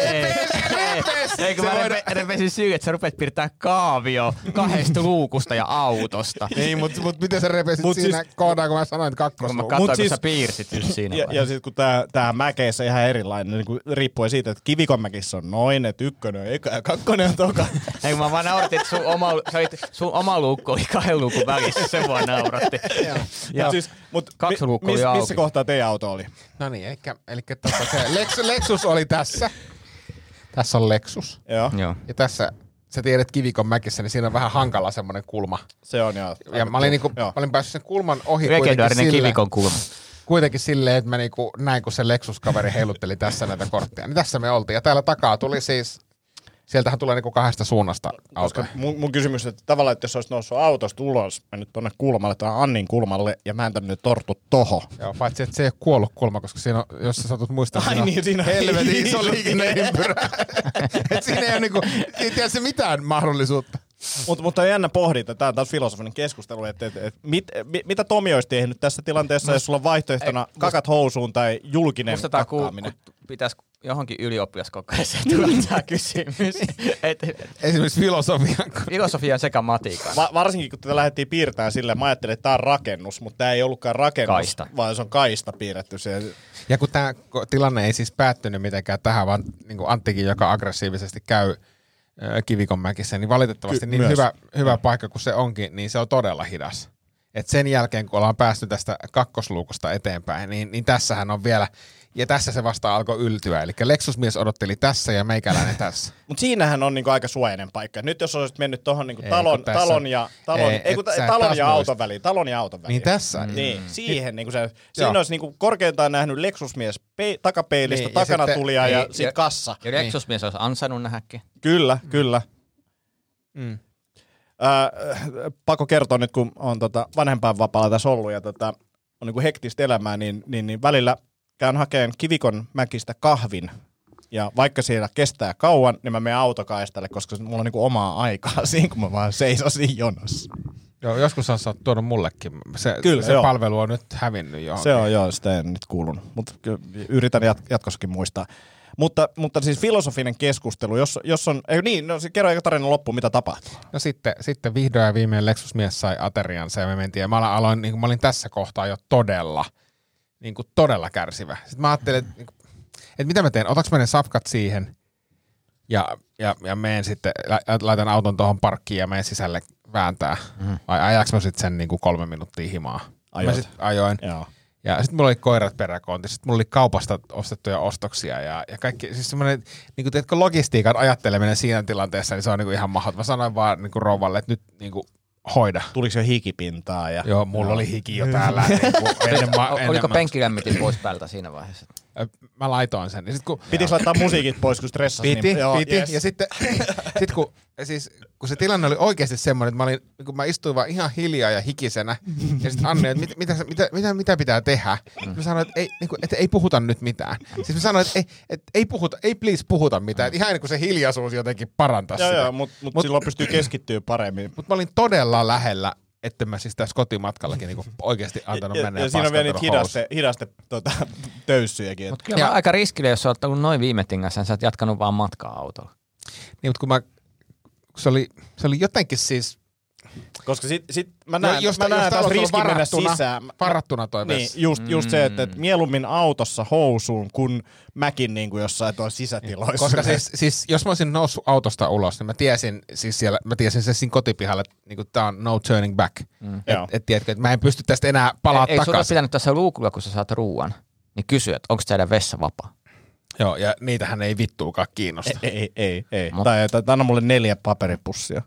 Eikö mä repe, repesin syy, että sä rupeat piirtää kaavio kahdesta luukusta ja autosta. Niin, mutta mut miten sä repesit Mut siinä siis- kohdaan, kun mä sanoin, että Kun mä kakkosluukku? katsoin, kun siis- sä piirsit just siinä Ja, ja vaiheessa. sitten kun tää, tää mäkeissä ihan erilainen, niin kuin riippuen siitä, että Kivikonmäkissä on noin, että ykkönen on eka ja kakkonen on toka. Ei, kun mä vaan naurattiin, että sun oma, sä olit, sun oma luukku oli kahden luukun välissä, se vaan nauratti. Ja Mut siis, mut kaksi mi- luukkua mis, oli auki. missä kohtaa teidän auto oli? No niin, eikä, eli tota, se Lex, Lexus oli tässä. Tässä on Lexus. Joo, Joo. Ja tässä, sä tiedät Kivikon mäkissä, niin siinä on vähän hankala semmoinen kulma. se on joo. Ja mä olin, niinku, Joo. mä olin päässyt sen kulman ohi kuitenkin Legendaarinen silleen, kivikon kulma. kuitenkin silleen, että mä niinku näin, kun se Lexus-kaveri heilutteli tässä näitä kortteja. Niin tässä me oltiin. Ja täällä takaa tuli siis, sieltähän tulee niinku kahdesta suunnasta auto. Koska mun, mun kysymys, että tavallaan, että jos olisi noussut autosta ulos, mennyt tonne kulmalle tai Annin kulmalle ja mä en tänne tortut toho. Joo, paitsi että se ei ole kuollut kulma, koska siinä on, jos sä satut muistaa, Ai siinä on niin, siinä on helvetin iso iso liikenneympyrä. Et siinä ei ole niinku, ei tiedä se mitään mahdollisuutta. Mutta, mutta on jännä pohdinta, tämä on taas filosofinen keskustelu, että, että, että mit, mit, mitä Tomi olisi tehnyt tässä tilanteessa, jos sulla on vaihtoehtona Ei, kakat housuun tai julkinen Musta tää ku, kakkaaminen. ku, pitäisi johonkin ylioppilaskokeeseen tulla tää kysymys. Et, et, Esimerkiksi filosofian. filosofian sekä matiikan. Va- varsinkin kun tätä lähdettiin piirtämään silleen, mä ajattelin, että tämä on rakennus, mutta tämä ei ollutkaan rakennus, Kaista. vaan se on kaista piirretty. Se, Ja kun tämä tilanne ei siis päättynyt mitenkään tähän, vaan niin kuin Anttikin, joka aggressiivisesti käy ö, Kivikonmäkissä, niin valitettavasti Ky- niin myös. hyvä, hyvä paikka kuin se onkin, niin se on todella hidas. Et sen jälkeen, kun ollaan päästy tästä kakkosluukusta eteenpäin, niin, niin tässähän on vielä, ja tässä se vasta alkoi yltyä. Eli Lexus-mies odotteli tässä ja meikäläinen tässä. mutta siinähän on niinku aika suojainen paikka. Nyt jos olisit mennyt tuohon niinku Ei, talon, kun tässä- talon, ja, talon, Ei, ei, kun, et sä et talon taas ja muista. auton väliin, talon ja auton väliin. Niin tässä. Mm. Niin, siihen niinku se, Joo. siinä olisi niinku korkeintaan nähnyt Lexusmies pe- takapeilistä, Niin, ja takana sitten- tulija ja, niin, sitten ja- kassa. Ja Lexusmies olisi ansainnut nähdäkin. Kyllä, kyllä. Mm. Äh, pakko kertoa nyt, kun on tota vanhempainvapaalla tässä ollut ja tota, on niinku hektistä elämää, niin, niin, niin välillä käyn hakemaan Kivikon mäkistä kahvin. Ja vaikka siellä kestää kauan, niin mä menen autokaistalle, koska mulla on niinku omaa aikaa siinä, kun mä vaan seisosin jonossa. Joo, joskus sä oot tuonut mullekin. Se, Kyllä, se joo. palvelu on nyt hävinnyt johonkin. Se on joo, sitä en nyt kuulunut, mutta yritän jat- jatkossakin muistaa. Mutta, mutta siis filosofinen keskustelu, jos, jos on, ei niin, no se kerro eikä tarina loppuun, mitä tapahtuu. No sitten, sitten vihdoin ja viimein Lexus-mies sai ateriansa ja me mentiin. Ja mä aloin, niin kuin mä olin tässä kohtaa jo todella, niin kuin todella kärsivä. Sitten mä ajattelin, että, niin kuin, että mitä mä teen, otaks mä ne safkat siihen ja, ja, ja menen sitten, laitan auton tuohon parkkiin ja menen sisälle vääntää. Mm-hmm. Vai ajaks mä sitten sen niin kuin kolme minuuttia himaa? Ajoit. Mä sitten ajoin. Joo. Ja sitten mulla oli koirat peräkoonti, sitten mulla oli kaupasta ostettuja ostoksia ja, ja kaikki, siis semmoinen, niin kuin teetkö, logistiikan ajatteleminen siinä tilanteessa, niin se on niin kuin ihan mahdoton. Mä sanoin vaan niin kuin rouvalle, että nyt niin kuin hoida. Tuliko jo hikipintaa? Ja... Joo, mulla oli hiki jo täällä. niin kuin ennen ma- O- ennen Oliko mä- penkkilämmitin pois päältä siinä vaiheessa? Mä laitoin sen. Ja sit kun, Pitikö laittaa musiikit pois, kun stressasi? Piti, niin, joo, piti. yes. Ja sitten sit kun, siis, kun se tilanne oli oikeasti semmoinen, että mä, olin, kun mä istuin vaan ihan hiljaa ja hikisenä, ja sitten Anni, että mit, mitä, mitä, mitä, mitä pitää tehdä? Mm. Mä sanoin, että ei, niin kuin, että ei puhuta nyt mitään. Siis mä sanoin, että ei, että ei, puhuta, ei please puhuta mitään. Että ihan ennen kuin se hiljaisuus jotenkin parantaisi Joo, sitä. joo, mutta mut Mut- silloin pystyy keskittyä paremmin. Mutta mä olin todella lähellä, että mä siis tässä kotimatkallakin niinku oikeasti antanut Ja, mennä ja, ja, ja siinä on vielä niitä paskantanut hidaste, hidaste tota, töyssyjäkin. Mutta kyllä Ja- ja, aika riskille, jos sä oot ollut noin viime tingassa, niin sä oot jatkanut vaan matkaa autolla. Niin, mutta kun mä, kun se oli, se oli jotenkin siis, Koska sit, sit mä no, näen, jos, mä jos näen tää taas olisi ollut riskin mennä varattuna, sisään. Mä- varattuna toi Niin, vessa. just, just se, että, Mm. että mieluummin autossa housuun kuin mäkin niin kuin jossain tuolla sisätiloissa. Koska siis, siis, jos mä olisin noussut autosta ulos, niin mä tiesin, siis siellä, mä tiesin sen siinä kotipihalla, että niin tää on no turning back. Mm. Että Joo. et, tiedätkö, että mä en pysty tästä enää palaa Eikö sulla ole takaisin. pitänyt tässä luukulla, kun sä saat ruuan, niin kysyä, että onko teidän vessa vapaa? Joo, ja niitähän ei vittuukaan kiinnosta. Ei, ei, ei. ei. Mut- Tai, tai, tai anna mulle neljä paperipussia.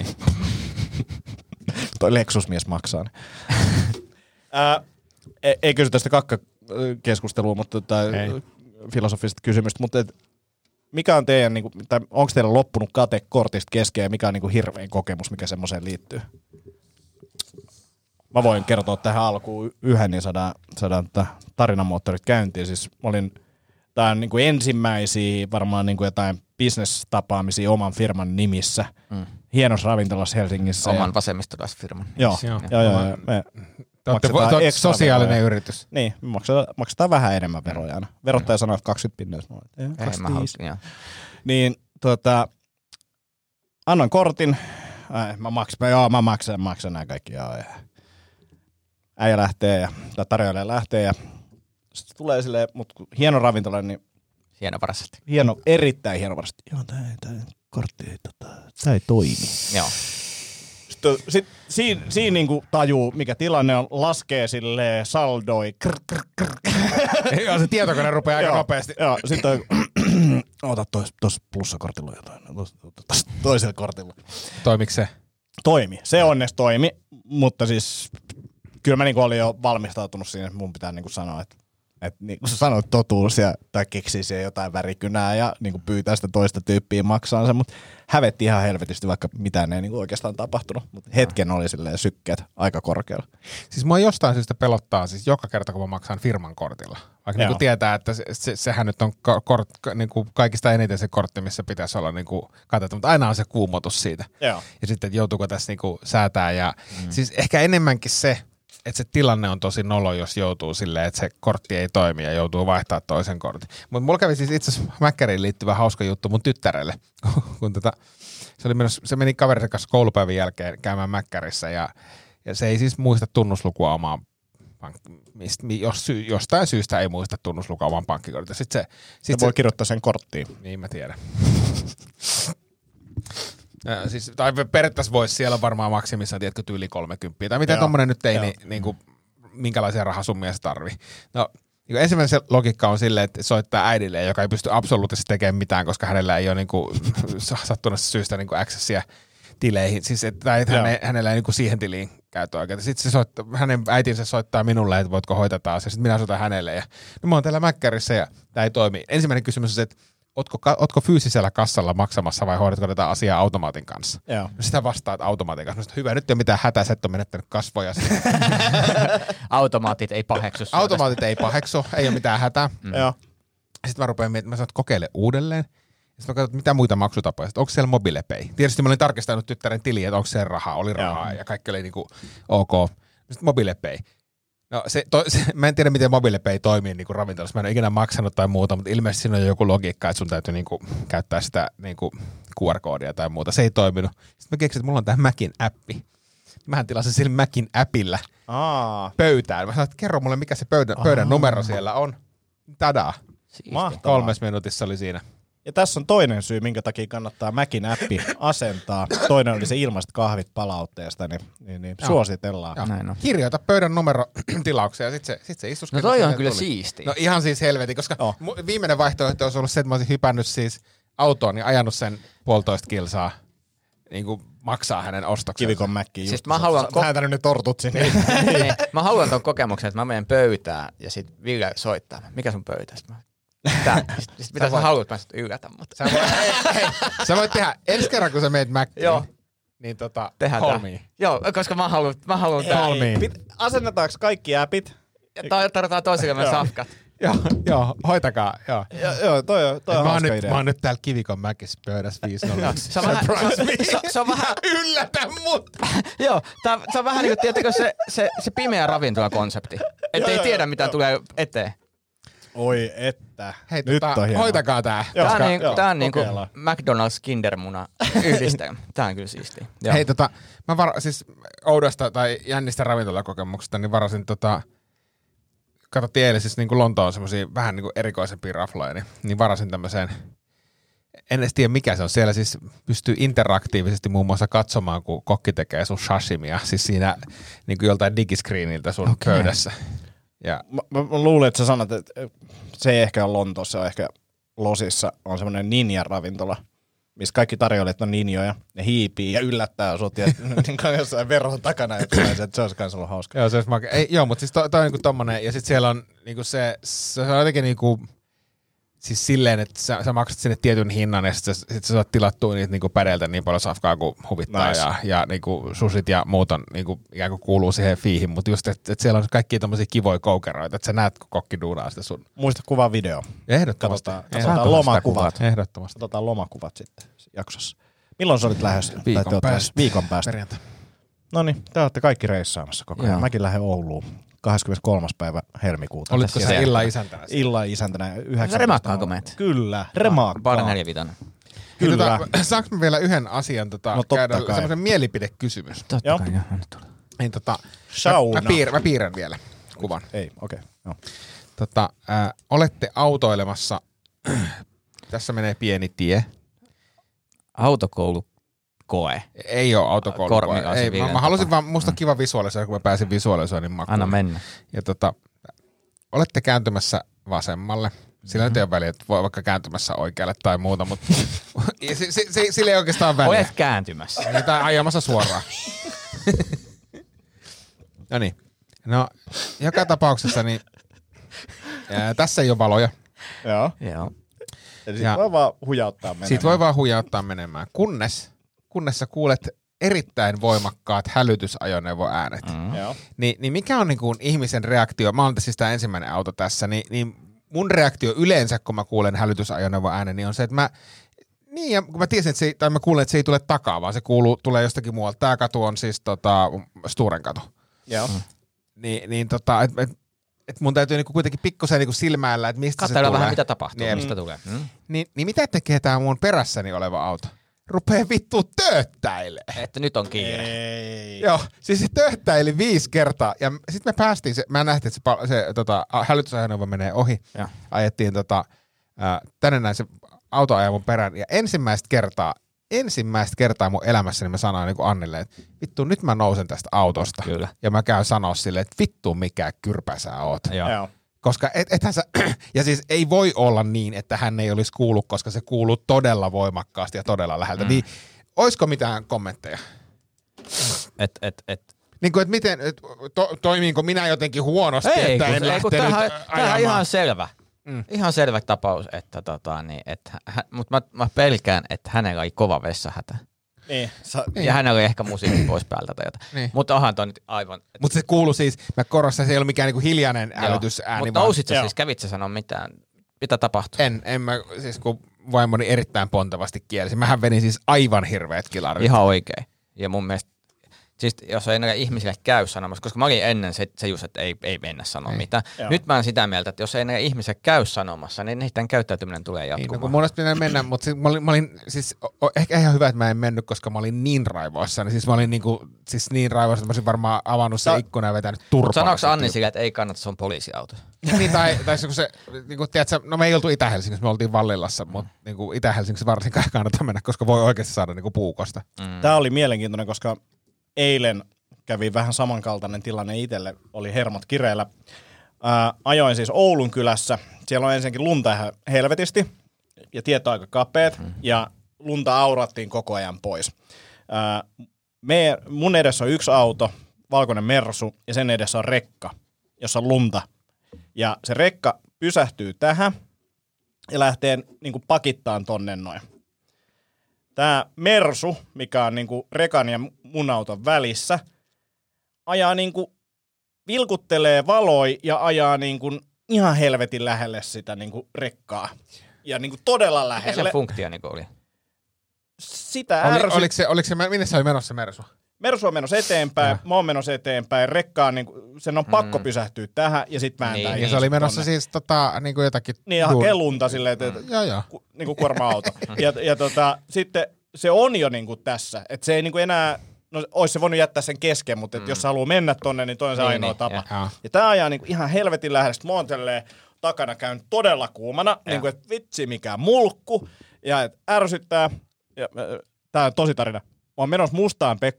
Toi Lexus-mies maksaa ne. Ää, ei, ei kysy tästä kakkakeskustelua, mutta tai Ei. filosofista kysymystä, mutta et, mikä on teidän, niinku, tai onko teillä loppunut kate kortista kesken ja mikä on niinku hirvein kokemus, mikä semmoiseen liittyy? Mä voin kertoa tähän alkuun yhden, niin saadaan, saadaan tätä tarinamoottorit käyntiin. Siis mä olin Tää on niinku ensimmäisiä varmaan niinku jotain business-tapaamisia oman firman nimissä. Mm. Hienossa ravintolassa Helsingissä. Oman ja... vasemmistolaisfirman. Joo, joo, joo. joo, joo. Me te olette sosiaalinen veroja. Yritys. Niin, me maksetaan, maksetaan vähän enemmän veroja aina. Verottaja sanoo, että kaksikymmentä pinnaa. kaksikymmentäviisi. Niin, tota, annan kortin. Ai, mä maksan, joo, mä maksan, maksan nämä kaikki. Joo, ja. Äijä lähtee ja, tai tarjoilija lähtee ja sitten tulee silleen, mutta hieno ravintola, niin hieno varasti. Hieno, erittäin hieno varasti. Joo, tää, tää kortti ei, tota, tää ei toimi. Joo. Sitten sit, siinä, siinä niinku tajuu, mikä tilanne on, laskee silleen saldoi. Krr, krr, krr. Joo, se tietokone rupeaa aika nopeasti. Joo, sitten ota tuossa plussakortilla jotain, toisella kortilla. Toimiko se? Toimi, se onneksi toimi, mutta siis kyllä mä niinku olin jo valmistautunut siihen, että mun pitää niinku sanoa, että että niin kuin sä sanoit totuus ja, tai keksii siihen jotain värikynää ja niin kuin pyytää sitä toista tyyppiä maksaa sen, mutta hävetti ihan helvetisti, vaikka mitään ei niin kuin oikeastaan tapahtunut. Mutta hetken oli silleen sykkeet aika korkealla. Siis mua jostain syystä pelottaa siis joka kerta, kun mä maksan firman kortilla. Vaikka niin kuin tietää, että se, se, sehän nyt on kort, niin kuin kaikista eniten se kortti, missä pitäisi olla niin kuin katettu, mutta aina on se kuumotus siitä. Joo. Ja sitten, että joutuuko tässä niin kuin säätää. Ja mm. siis ehkä enemmänkin se, että se tilanne on tosi nolo, jos joutuu silleen, että se kortti ei toimi ja joutuu vaihtaa toisen kortin. Mutta mulla kävi siis itse asiassa Mäkkäriin liittyvä hauska juttu mun tyttärelle. kun tota, se, oli menossa, se meni kaverin kanssa koulupäivän jälkeen käymään Mäkkärissä ja, ja se ei siis muista tunnuslukua omaan pankkikorttiin. Jos sy, jostain syystä ei muista tunnuslukua omaan pankkikorttiin. Sitten se, sit se voi se, kirjoittaa sen korttiin. Niin mä tiedän. Ja siis, tai periaatteessa voisi siellä varmaan maksimissaan, tiedätkö, tyyli kolmekymmentä. Tai mitä tommonen nyt ei, niin, niin kuin, minkälaisia rahasummia se tarvii. No, niin ensimmäinen logiikka on silleen, että soittaa äidille, joka ei pysty absoluuttisesti tekemään mitään, koska hänellä ei ole niin kuin, sattuneesta syystä niin kuin accessia tileihin. Siis, että, tai että häne, hänellä ei niin kuin siihen tiliin käyttöoikeutta. Sitten se soittaa, hänen äitinsä soittaa minulle, että voitko hoitaa taas. Ja sitten minä soitan hänelle. Ja no, mä oon täällä Mäkkärissä ja tämä ei toimi. Ensimmäinen kysymys on se, että Ootko, ootko fyysisellä kassalla maksamassa vai hoidatko tätä asiaa automaatin kanssa? Joo. No sitä vastaat automaatin kanssa. Sitten, hyvä, nyt ei ole mitään hätää, sä et ole menettänyt kasvoja. Automaatit ei paheksu. Automaatit ei paheksu, ei ole mitään hätää. Mm. Joo. Sitten mä rupean miettimään, mä sanon, että kokeile uudelleen. Sitten mä katson, mitä muita maksutapoja. Sitten, onko siellä MobilePay? Tietysti mä olin tarkistanut tyttären tiliä, että onko siellä rahaa. Oli rahaa Joo. ja kaikki oli niinku ok. Sitten MobilePay. No se, to, se, mä en tiedä, miten MobilePay toimii niin kuin ravintolassa. Mä en ole ikinä maksanut tai muuta, mutta ilmeisesti siinä on joku logiikka, että sun täytyy niin kuin käyttää sitä niin kuin Q R-koodia tai muuta. Se ei toiminut. Sitten mä keksin, että mulla on tämä Macin appi. Mähän tilasin sillä Macin appillä Aa. pöytään. Mä sanoin, että kerro mulle, mikä se pöydän, pöydän numero siellä on. Tadaa. Mahtavaa. Kolmes minuutissa oli siinä. Ja tässä on toinen syy, minkä takia kannattaa Macin appi asentaa. Toinen oli se ilmaiset kahvit palautteesta, niin, niin, niin suositellaan. Näin on. Kirjoita pöydän numero tilaukseen ja sitten se, sit se istuskeli. No toi on kyllä siistiä. No ihan siis helvetin, koska oh. viimeinen vaihtoehto olisi ollut se, että mä olisin hypännyt siis autoon ja ajanut sen puolitoista kilsaa niin kuin maksaa hänen ostoksensa. Kivikon Mäkkiin. Siis mä haluan... Ko- Häntänyt nyt tortut sinne. niin, mä haluan ton kokemuksen, että mä menen pöytään ja sit Ville soittaa. Mikä sun pöytä? Tää. Sitten mitä sä haluat, mä sitten yllätä, mutta... Sä voit, hei, sä voit tehdä ensi kerran, kun sä meet Mäkkiin. Joo. Niin tota, tehdään call me. Joo, koska mä haluan, mä haluan call me. Asennetaanko kaikki appit? Ja tarvitaan toisillemme safkat. Joo, joo, hoitakaa, joo. Joo, toi on, toi on hauska nyt, idea. Mä oon nyt täällä Kivikon Mäkissä pöydässä viisi nolla. Se on vähän... Se, se on vähän... Yllätä mut! Joo, tää, se on vähän niin kuin, tiedättekö, se, se, se pimeä ravintolakonsepti. Että ei tiedä, mitä tulee eteen. Oi että. Hei, nyt tota, on hienoa. hoitakaa tää. Tää on, niin, tää on niinku McDonald's kindermuna yhdistelmä. Tää on kyllä siistiä. Joo. Hei tota, mä var, siis oudosta tai jännistä ravintolakokemuksesta, niin varasin tota, katsottiin eilen siis niinku Lontoon semmosia vähän niinku erikoisempia rafloja, niin, niin varasin tämmöiseen, en edes tiedä mikä se on, siellä siis pystyy interaktiivisesti muun muassa katsomaan, kun kokki tekee sun sashimia, siis siinä niinku joltain digiscreeniltä sun okay. pöydässä. Ja. Mä, mä, mä luulen, että sä sanot, että se ei ehkä ole Lontoossa, se on ehkä Losissa, on semmoinen ninja-ravintola, missä kaikki tarjoilijat on ninjoja, ne hiipii ja yllättää sut ja jossain verhon takana, että se olisi kans ollut hauska. Joo, se olisi makea. Ei, joo, mutta siis toi, toi on niinku tommonen, ja sit siellä on niinku se, se on jotenkin niinku, siis silleen, että sä, sä maksat sinne tietyn hinnan ja sitten sä, sit sä saat tilattua niitä niinku päreiltä niin paljon safkaa kuin huvittaa nice. ja, ja niinku susit ja muut on niinku, ikään kuin kuuluu siihen fiihin, mutta just, että et siellä on kaikkia tommosia kivoja koukeroita, että sä näet, kun kokki duunaa sitä sun. Muista kuvaa video. Ehdottomasti. Katsotaan, katsotaan lomakuvat. Ehdottomasti. Katsotaan lomakuvat sitten jaksossa. Milloin sä olit lähdössä? Viikon päästä. Viikon päästä. Perjantai. No niin, te olette kaikki reissaamassa koko ajan. Mäkin lähden Ouluun kahdeskymmeneskolmas päivä helmikuuta. Olitko se illan isäntänä? Illan isäntänä. yhdeksäntoista Remakkaanko meet? Kyllä, remakkaan. Baari neljävitonen. Kyllä. Tota, saanko mä vielä yhden asian tota, No, käydä kai. semmoisen mielipidekysymys? Totta Joo. kai, joo, nyt tulee. Niin, tota, Sauna. mä, mä, piir, mä piirrän vielä kuvan. Ei, okei. Okay. Tota, äh, olette autoilemassa, tässä menee pieni tie. Autokoulukoe. Ei ole autokoulua. Kormi- Ei, mä, mä halusin vaan, musta on kiva visualisoida, kun mä pääsin visualisoinnin makuun. Anna mennä. Ja tota, olette kääntymässä vasemmalle. Sillä mm-hmm. nyt ei ole väliä, että voi vaikka kääntymässä oikealle tai muuta, mutta si, si, si, sillä ei oikeastaan väliä. Olet kääntymässä. Tai ajamassa suoraan. No niin. No, joka tapauksessa niin ää, tässä ei ole valoja. Joo. Joo. Eli Ja- sit voi vaan hujauttaa menemään. Siitä voi vaan huijauttaa menemään, kunnes, kunnes sä kuulet erittäin voimakkaat hälytysajoneuvoäänet. Mm. Joo. Ni, niin mikä on niin kuin ihmisen reaktio? Mä olen siis tämä ensimmäinen auto tässä, niin, niin mun reaktio yleensä, kun mä kuulen hälytysajoneuvoäänen, niin on se, että mä niin, ja kun mä tiesin, että se, tai mä kuulen, että se ei tule takaa, vaan se kuuluu, tulee jostakin muualta. Tää katu on siis tota, Sturen katu. Joo. Mm. Ni, niin tota, et, et, et mun täytyy niinku kuitenkin pikkusen niinku silmäillä, että mistä Katsotaan se tulee. vähän, mitä tapahtuu, Niin, mistä tulee. Mm. Niin, niin mitä tekee tää mun perässäni oleva auto? Rupee vittu tööttäilee. Että nyt on kiire. Ei. Joo, siis se tööttäili viisi kertaa. Ja sitten me päästiin, se, mä nähtiin, että se, pal- se tota, hälytysajoneuvo menee ohi. Ja. Ajettiin tota, ää, tänne näin se auto ajaa mun perään. Ja ensimmäistä kertaa, ensimmäistä kertaa mun elämässäni mä sanoin niin kuin Annille, että vittu nyt mä nousen tästä autosta. Kyllä. Ja mä käyn sanoa silleen, että vittu mikä kyrpä sä oot. Joo. Joo. Koska et, ethän sä, ja siis ei voi olla niin, että hän ei olisi kuullut, koska se kuuluu todella voimakkaasti ja todella läheltä. Mm. Niin, oisko mitään kommentteja? Et, et, et. Niin kuin, että miten, et, to, toimiinko minä jotenkin huonosti, Ei, että kun, en ei, kun lähtenyt tämähän, ajamaan. tämähän on ihan selvä. Mm. Ihan selvä tapaus, että tota, niin, että, mutta mä, mä pelkään, että hänellä oli kova vessahätä. Niin. Sa- Ja hänellä oli ehkä musiikki pois päältä tai jotain. Niin. Mutta onhan toi nyt aivan... Mutta se kuuluu siis, mä korostan, se ei ole mikään niinku hiljainen hälytysääni. Mutta vaan- nousit sä Joo. siis, kävit sä sanoa mitään? Mitä tapahtui? En, en mä, siis kun vaimoni erittäin pontevasti kielsi. Mähän venin siis aivan hirveät kilarit. Ihan oikein. Ja mun mielestä, siis jos ei näille ihmisille käy sanomassa, koska mä olin ennen se, se just, että ei, ei mennä sanoa Ei. mitään. Joo. Nyt mä oon sitä mieltä, että jos ei näille ihmisille käy sanomassa, niin niiden käyttäytyminen tulee Niin, no, jatkumaan. kun mun olisi pitänyt mennä, mutta siis mä olin, mä olin siis, o, ehkä ihan hyvä, että mä en mennyt, koska mä olin niin raivoissani. Siis mä olin niinku, siis niin raivoissa, että mä olisin varmaan avannut se Sa- ikkuna ja vetänyt turpaa. Mutta sanoiko sitten. Anni sille, että ei kannata, se on poliisiauto? Niin, tai, tai se, kun se, niin kuin, tiedätkö, no me ei oltu Itä-Helsingissä, me oltiin Vallilassa, mutta niin kuin Itä-Helsingissä varsinkaan ei kannata mennä, koska voi oikeasti saada niin kuin puukosta. Mm. Tämä oli mielenkiintoinen, koska eilen kävi vähän samankaltainen tilanne itselle, oli hermot kireellä. Ää, ajoin siis Oulun kylässä, siellä on ensinnäkin lunta ihan helvetisti ja tieto aika kapeat mm. ja lunta aurattiin koko ajan pois. Ää, me, mun edessä on yksi auto, valkoinen Mersu ja sen edessä on rekka, jossa on lunta. Ja se rekka pysähtyy tähän ja lähtee niin kuin pakittaan tonne noin. Tämä Mersu, mikä on niin kuin rekan ja mun auton välissä, ajaa niin kuin, vilkuttelee valoi ja ajaa niin kuin ihan helvetin lähelle sitä niin kuin rekkaa. Ja niin kuin todella Mikä lähelle. se funktio niin oli? Sitä Oli, ärsyt... oliko se, oliko se, minne se oli menossa se Mersu? Mersu on menossa eteenpäin, Ja. mä oon menossa eteenpäin, rekkaan niin kuin, sen on pakko Mm. pysähtyä tähän ja sit vääntää Niin, Ja ihmiset se oli menossa tonne. siis tota, niin kuin jotakin... Niin ja duun- hakee lunta silleen, että että Joo, joo. ku, niin kuin kuorma-auto. ja, ja tota, sitten se on jo niin kuin tässä, että se ei niin kuin enää, no olisi se voinut jättää sen kesken, mutta mm. jos se haluaa mennä tonne, niin toi on se Niin, ainoa niin, tapa. ja. Joo. Ja tää ajaa niin kuin ihan helvetin lähellä, sit mä oon tälleen takana käyn todella kuumana, Ja. niin kuin, että vitsi mikä mulkku, ja et ärsyttää, ja, äh, tää on tosi tarina. Mä oon menossa Mustaan Pekkaan,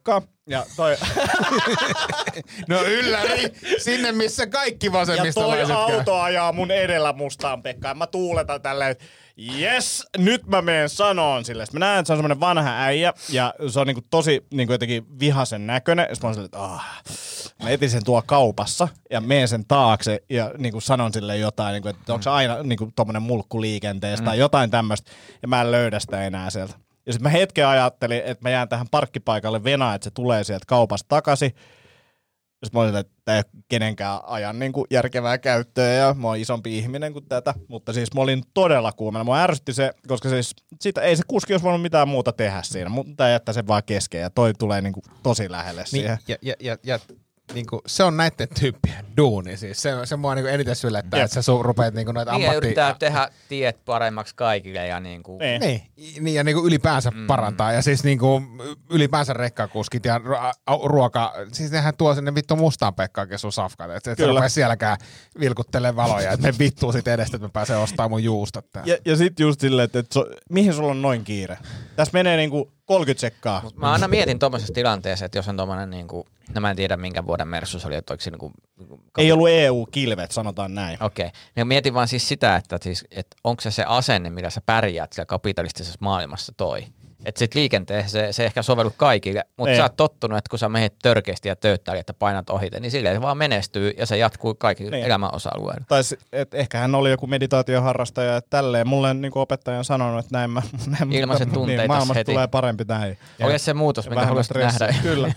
Ja toi... No ylläri, sinne missä kaikki Ja toi vasemmistolaiset auto ajaa mun edellä mustaan Pekkaan. Mä tuuletan tälleen, että jes, nyt mä meen sanoon sille. Sitten mä näen, että se on semmonen vanha äijä ja se on niinku tosi niinku jotenkin vihasen näköinen. Sitten mä oon silleen, että ah. Mä etin sen tuolla kaupassa ja meen sen taakse ja niinku sanon sille jotain, niinku, että onko se aina niinku tommonen mulkku liikenteestä mm. tai jotain tämmöistä. Ja mä en löydä sitä enää sieltä. Ja sitten mä hetken ajattelin, että mä jään tähän parkkipaikalle venaan, että se tulee sieltä kaupasta takaisin. Sitten mä olin, että tämä ei ole kenenkään ajan niin kuin järkevää käyttöä ja mä oon isompi ihminen kuin tätä. Mutta siis mä olin todella kuumana. Mä ärsytti se, koska siis siitä, ei se kuski olisi voinut mitään muuta tehdä siinä. Mutta jättää sen vaan kesken ja toi tulee niin kuin tosi lähelle niin, siihen. Ja, ja, ja, ja niinku, se on näiden tyyppien duuni. Siis se, se mua niinku eniten syllättää, että sä su- rupeat niinku noita niin, ammatti... Niin, yrittää tehdä tiet paremmaksi kaikille ja niinku... Niin. Niin, niin ja niinku ylipäänsä mm. parantaa. Ja siis niinku ylipäänsä rekkakuskit ja ru- ruoka... Siis nehän tuo sinne vittu mustaan Pekkaakin sun safkat. Että et rupea sielläkään vilkuttelemaan valoja. Että me vittuu sit edestä, että mä pääsen ostamaan mun juustot täällä. Ja, ja sit just silleen, että, että so, mihin sulla on noin kiire? Tässä menee niinku kolmekymmentä sekkaa. Mut mä aina mietin tommosessa tilanteessa, että jos on tommonen niinku... No mä en tiedä minkä vuoden Mersus oli, että oliko se niinku... Ei ollut E U-kilvet, sanotaan näin. Okei. Okay. No mietin vaan siis sitä, että, siis, että onko se se asenne, millä sä pärjäät siellä kapitalistisessa maailmassa toi. Että sit liikenteessä se, se ehkä sovellu kaikille, mutta sä oot tottunut, että kun sä menet törkeästi ja tööttää, että painat ohite, niin silleen se vaan menestyy ja se jatkuu kaikille niin. Elämän osa-alueilla. Tai et ehkä hän oli joku meditaatioharrastaja, että tälleen mulle niin opettaja on sanonut, että näin mä... Näin, ilmaiset tunteita niin, maailmasta heti. tulee parempi näin. Oli se muutos, minkä haluaisit nähdä. Kyllä.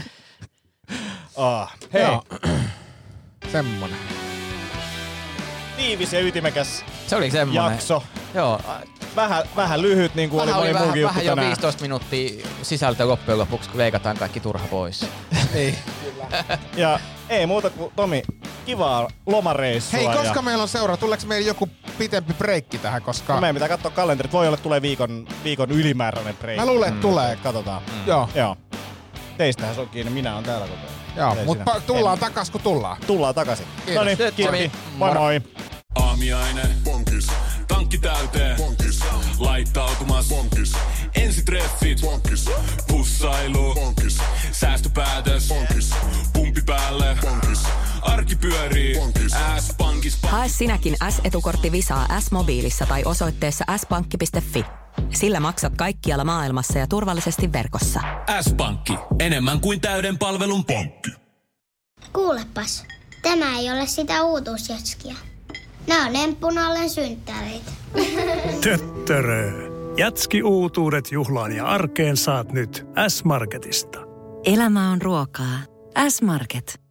Ah, hei. Semmonen. Tiivis ja ytimekäs se oli semmonen jakso. Joo. Vähän, vähän lyhyt, niin kuin vähän oli moni muukin juttu vähän tänään. jo viisitoista minuuttia sisältöä loppujen lopuksi, kun leikataan kaikki turha pois. Ei, kyllä. Ja ei muuta kuin, Tomi, kivaa lomareissua. Hei, koska ja... meillä on seura, tuleeko meillä joku pitempi breikki tähän, koska... No meidän pitää katsoa kalenterit. Voi olla, että tulee viikon, viikon ylimääräinen breikki. Mä luulen, että mm. tulee. Katsotaan. Mm. Joo. Joo. Teistähän se on kiinni, minä oon täällä koko ajan. Joo, mutta tullaan en. takas kun tullaan. Tullaan takaisin. Kiitos. Noniin, kiitos. Moi moi. Aamiainen. Bonkis. Tankki täyteen. Bonkis. Laittautumas. Bonkis. Ensitreffit. Bonkis. Pussailu. Bonkis. Säästöpäätös. Bonkis. Pumpi päälle. Bonkis. Arki pyörii. Bonkis. S-pankis. Hae sinäkin S-etukortti Visaa S-mobiilissa tai osoitteessa s pankki piste fi. Sillä maksat kaikkialla maailmassa ja turvallisesti verkossa. S-pankki. Enemmän kuin täyden palvelun pankki. Kuulepas, tämä ei ole sitä uutuusjatskia. Nämä on emppunallen synttäreitä. Töttörö. Jatski-uutuudet juhlaan ja arkeen saat nyt S-Marketista. Elämä on ruokaa. S-Market.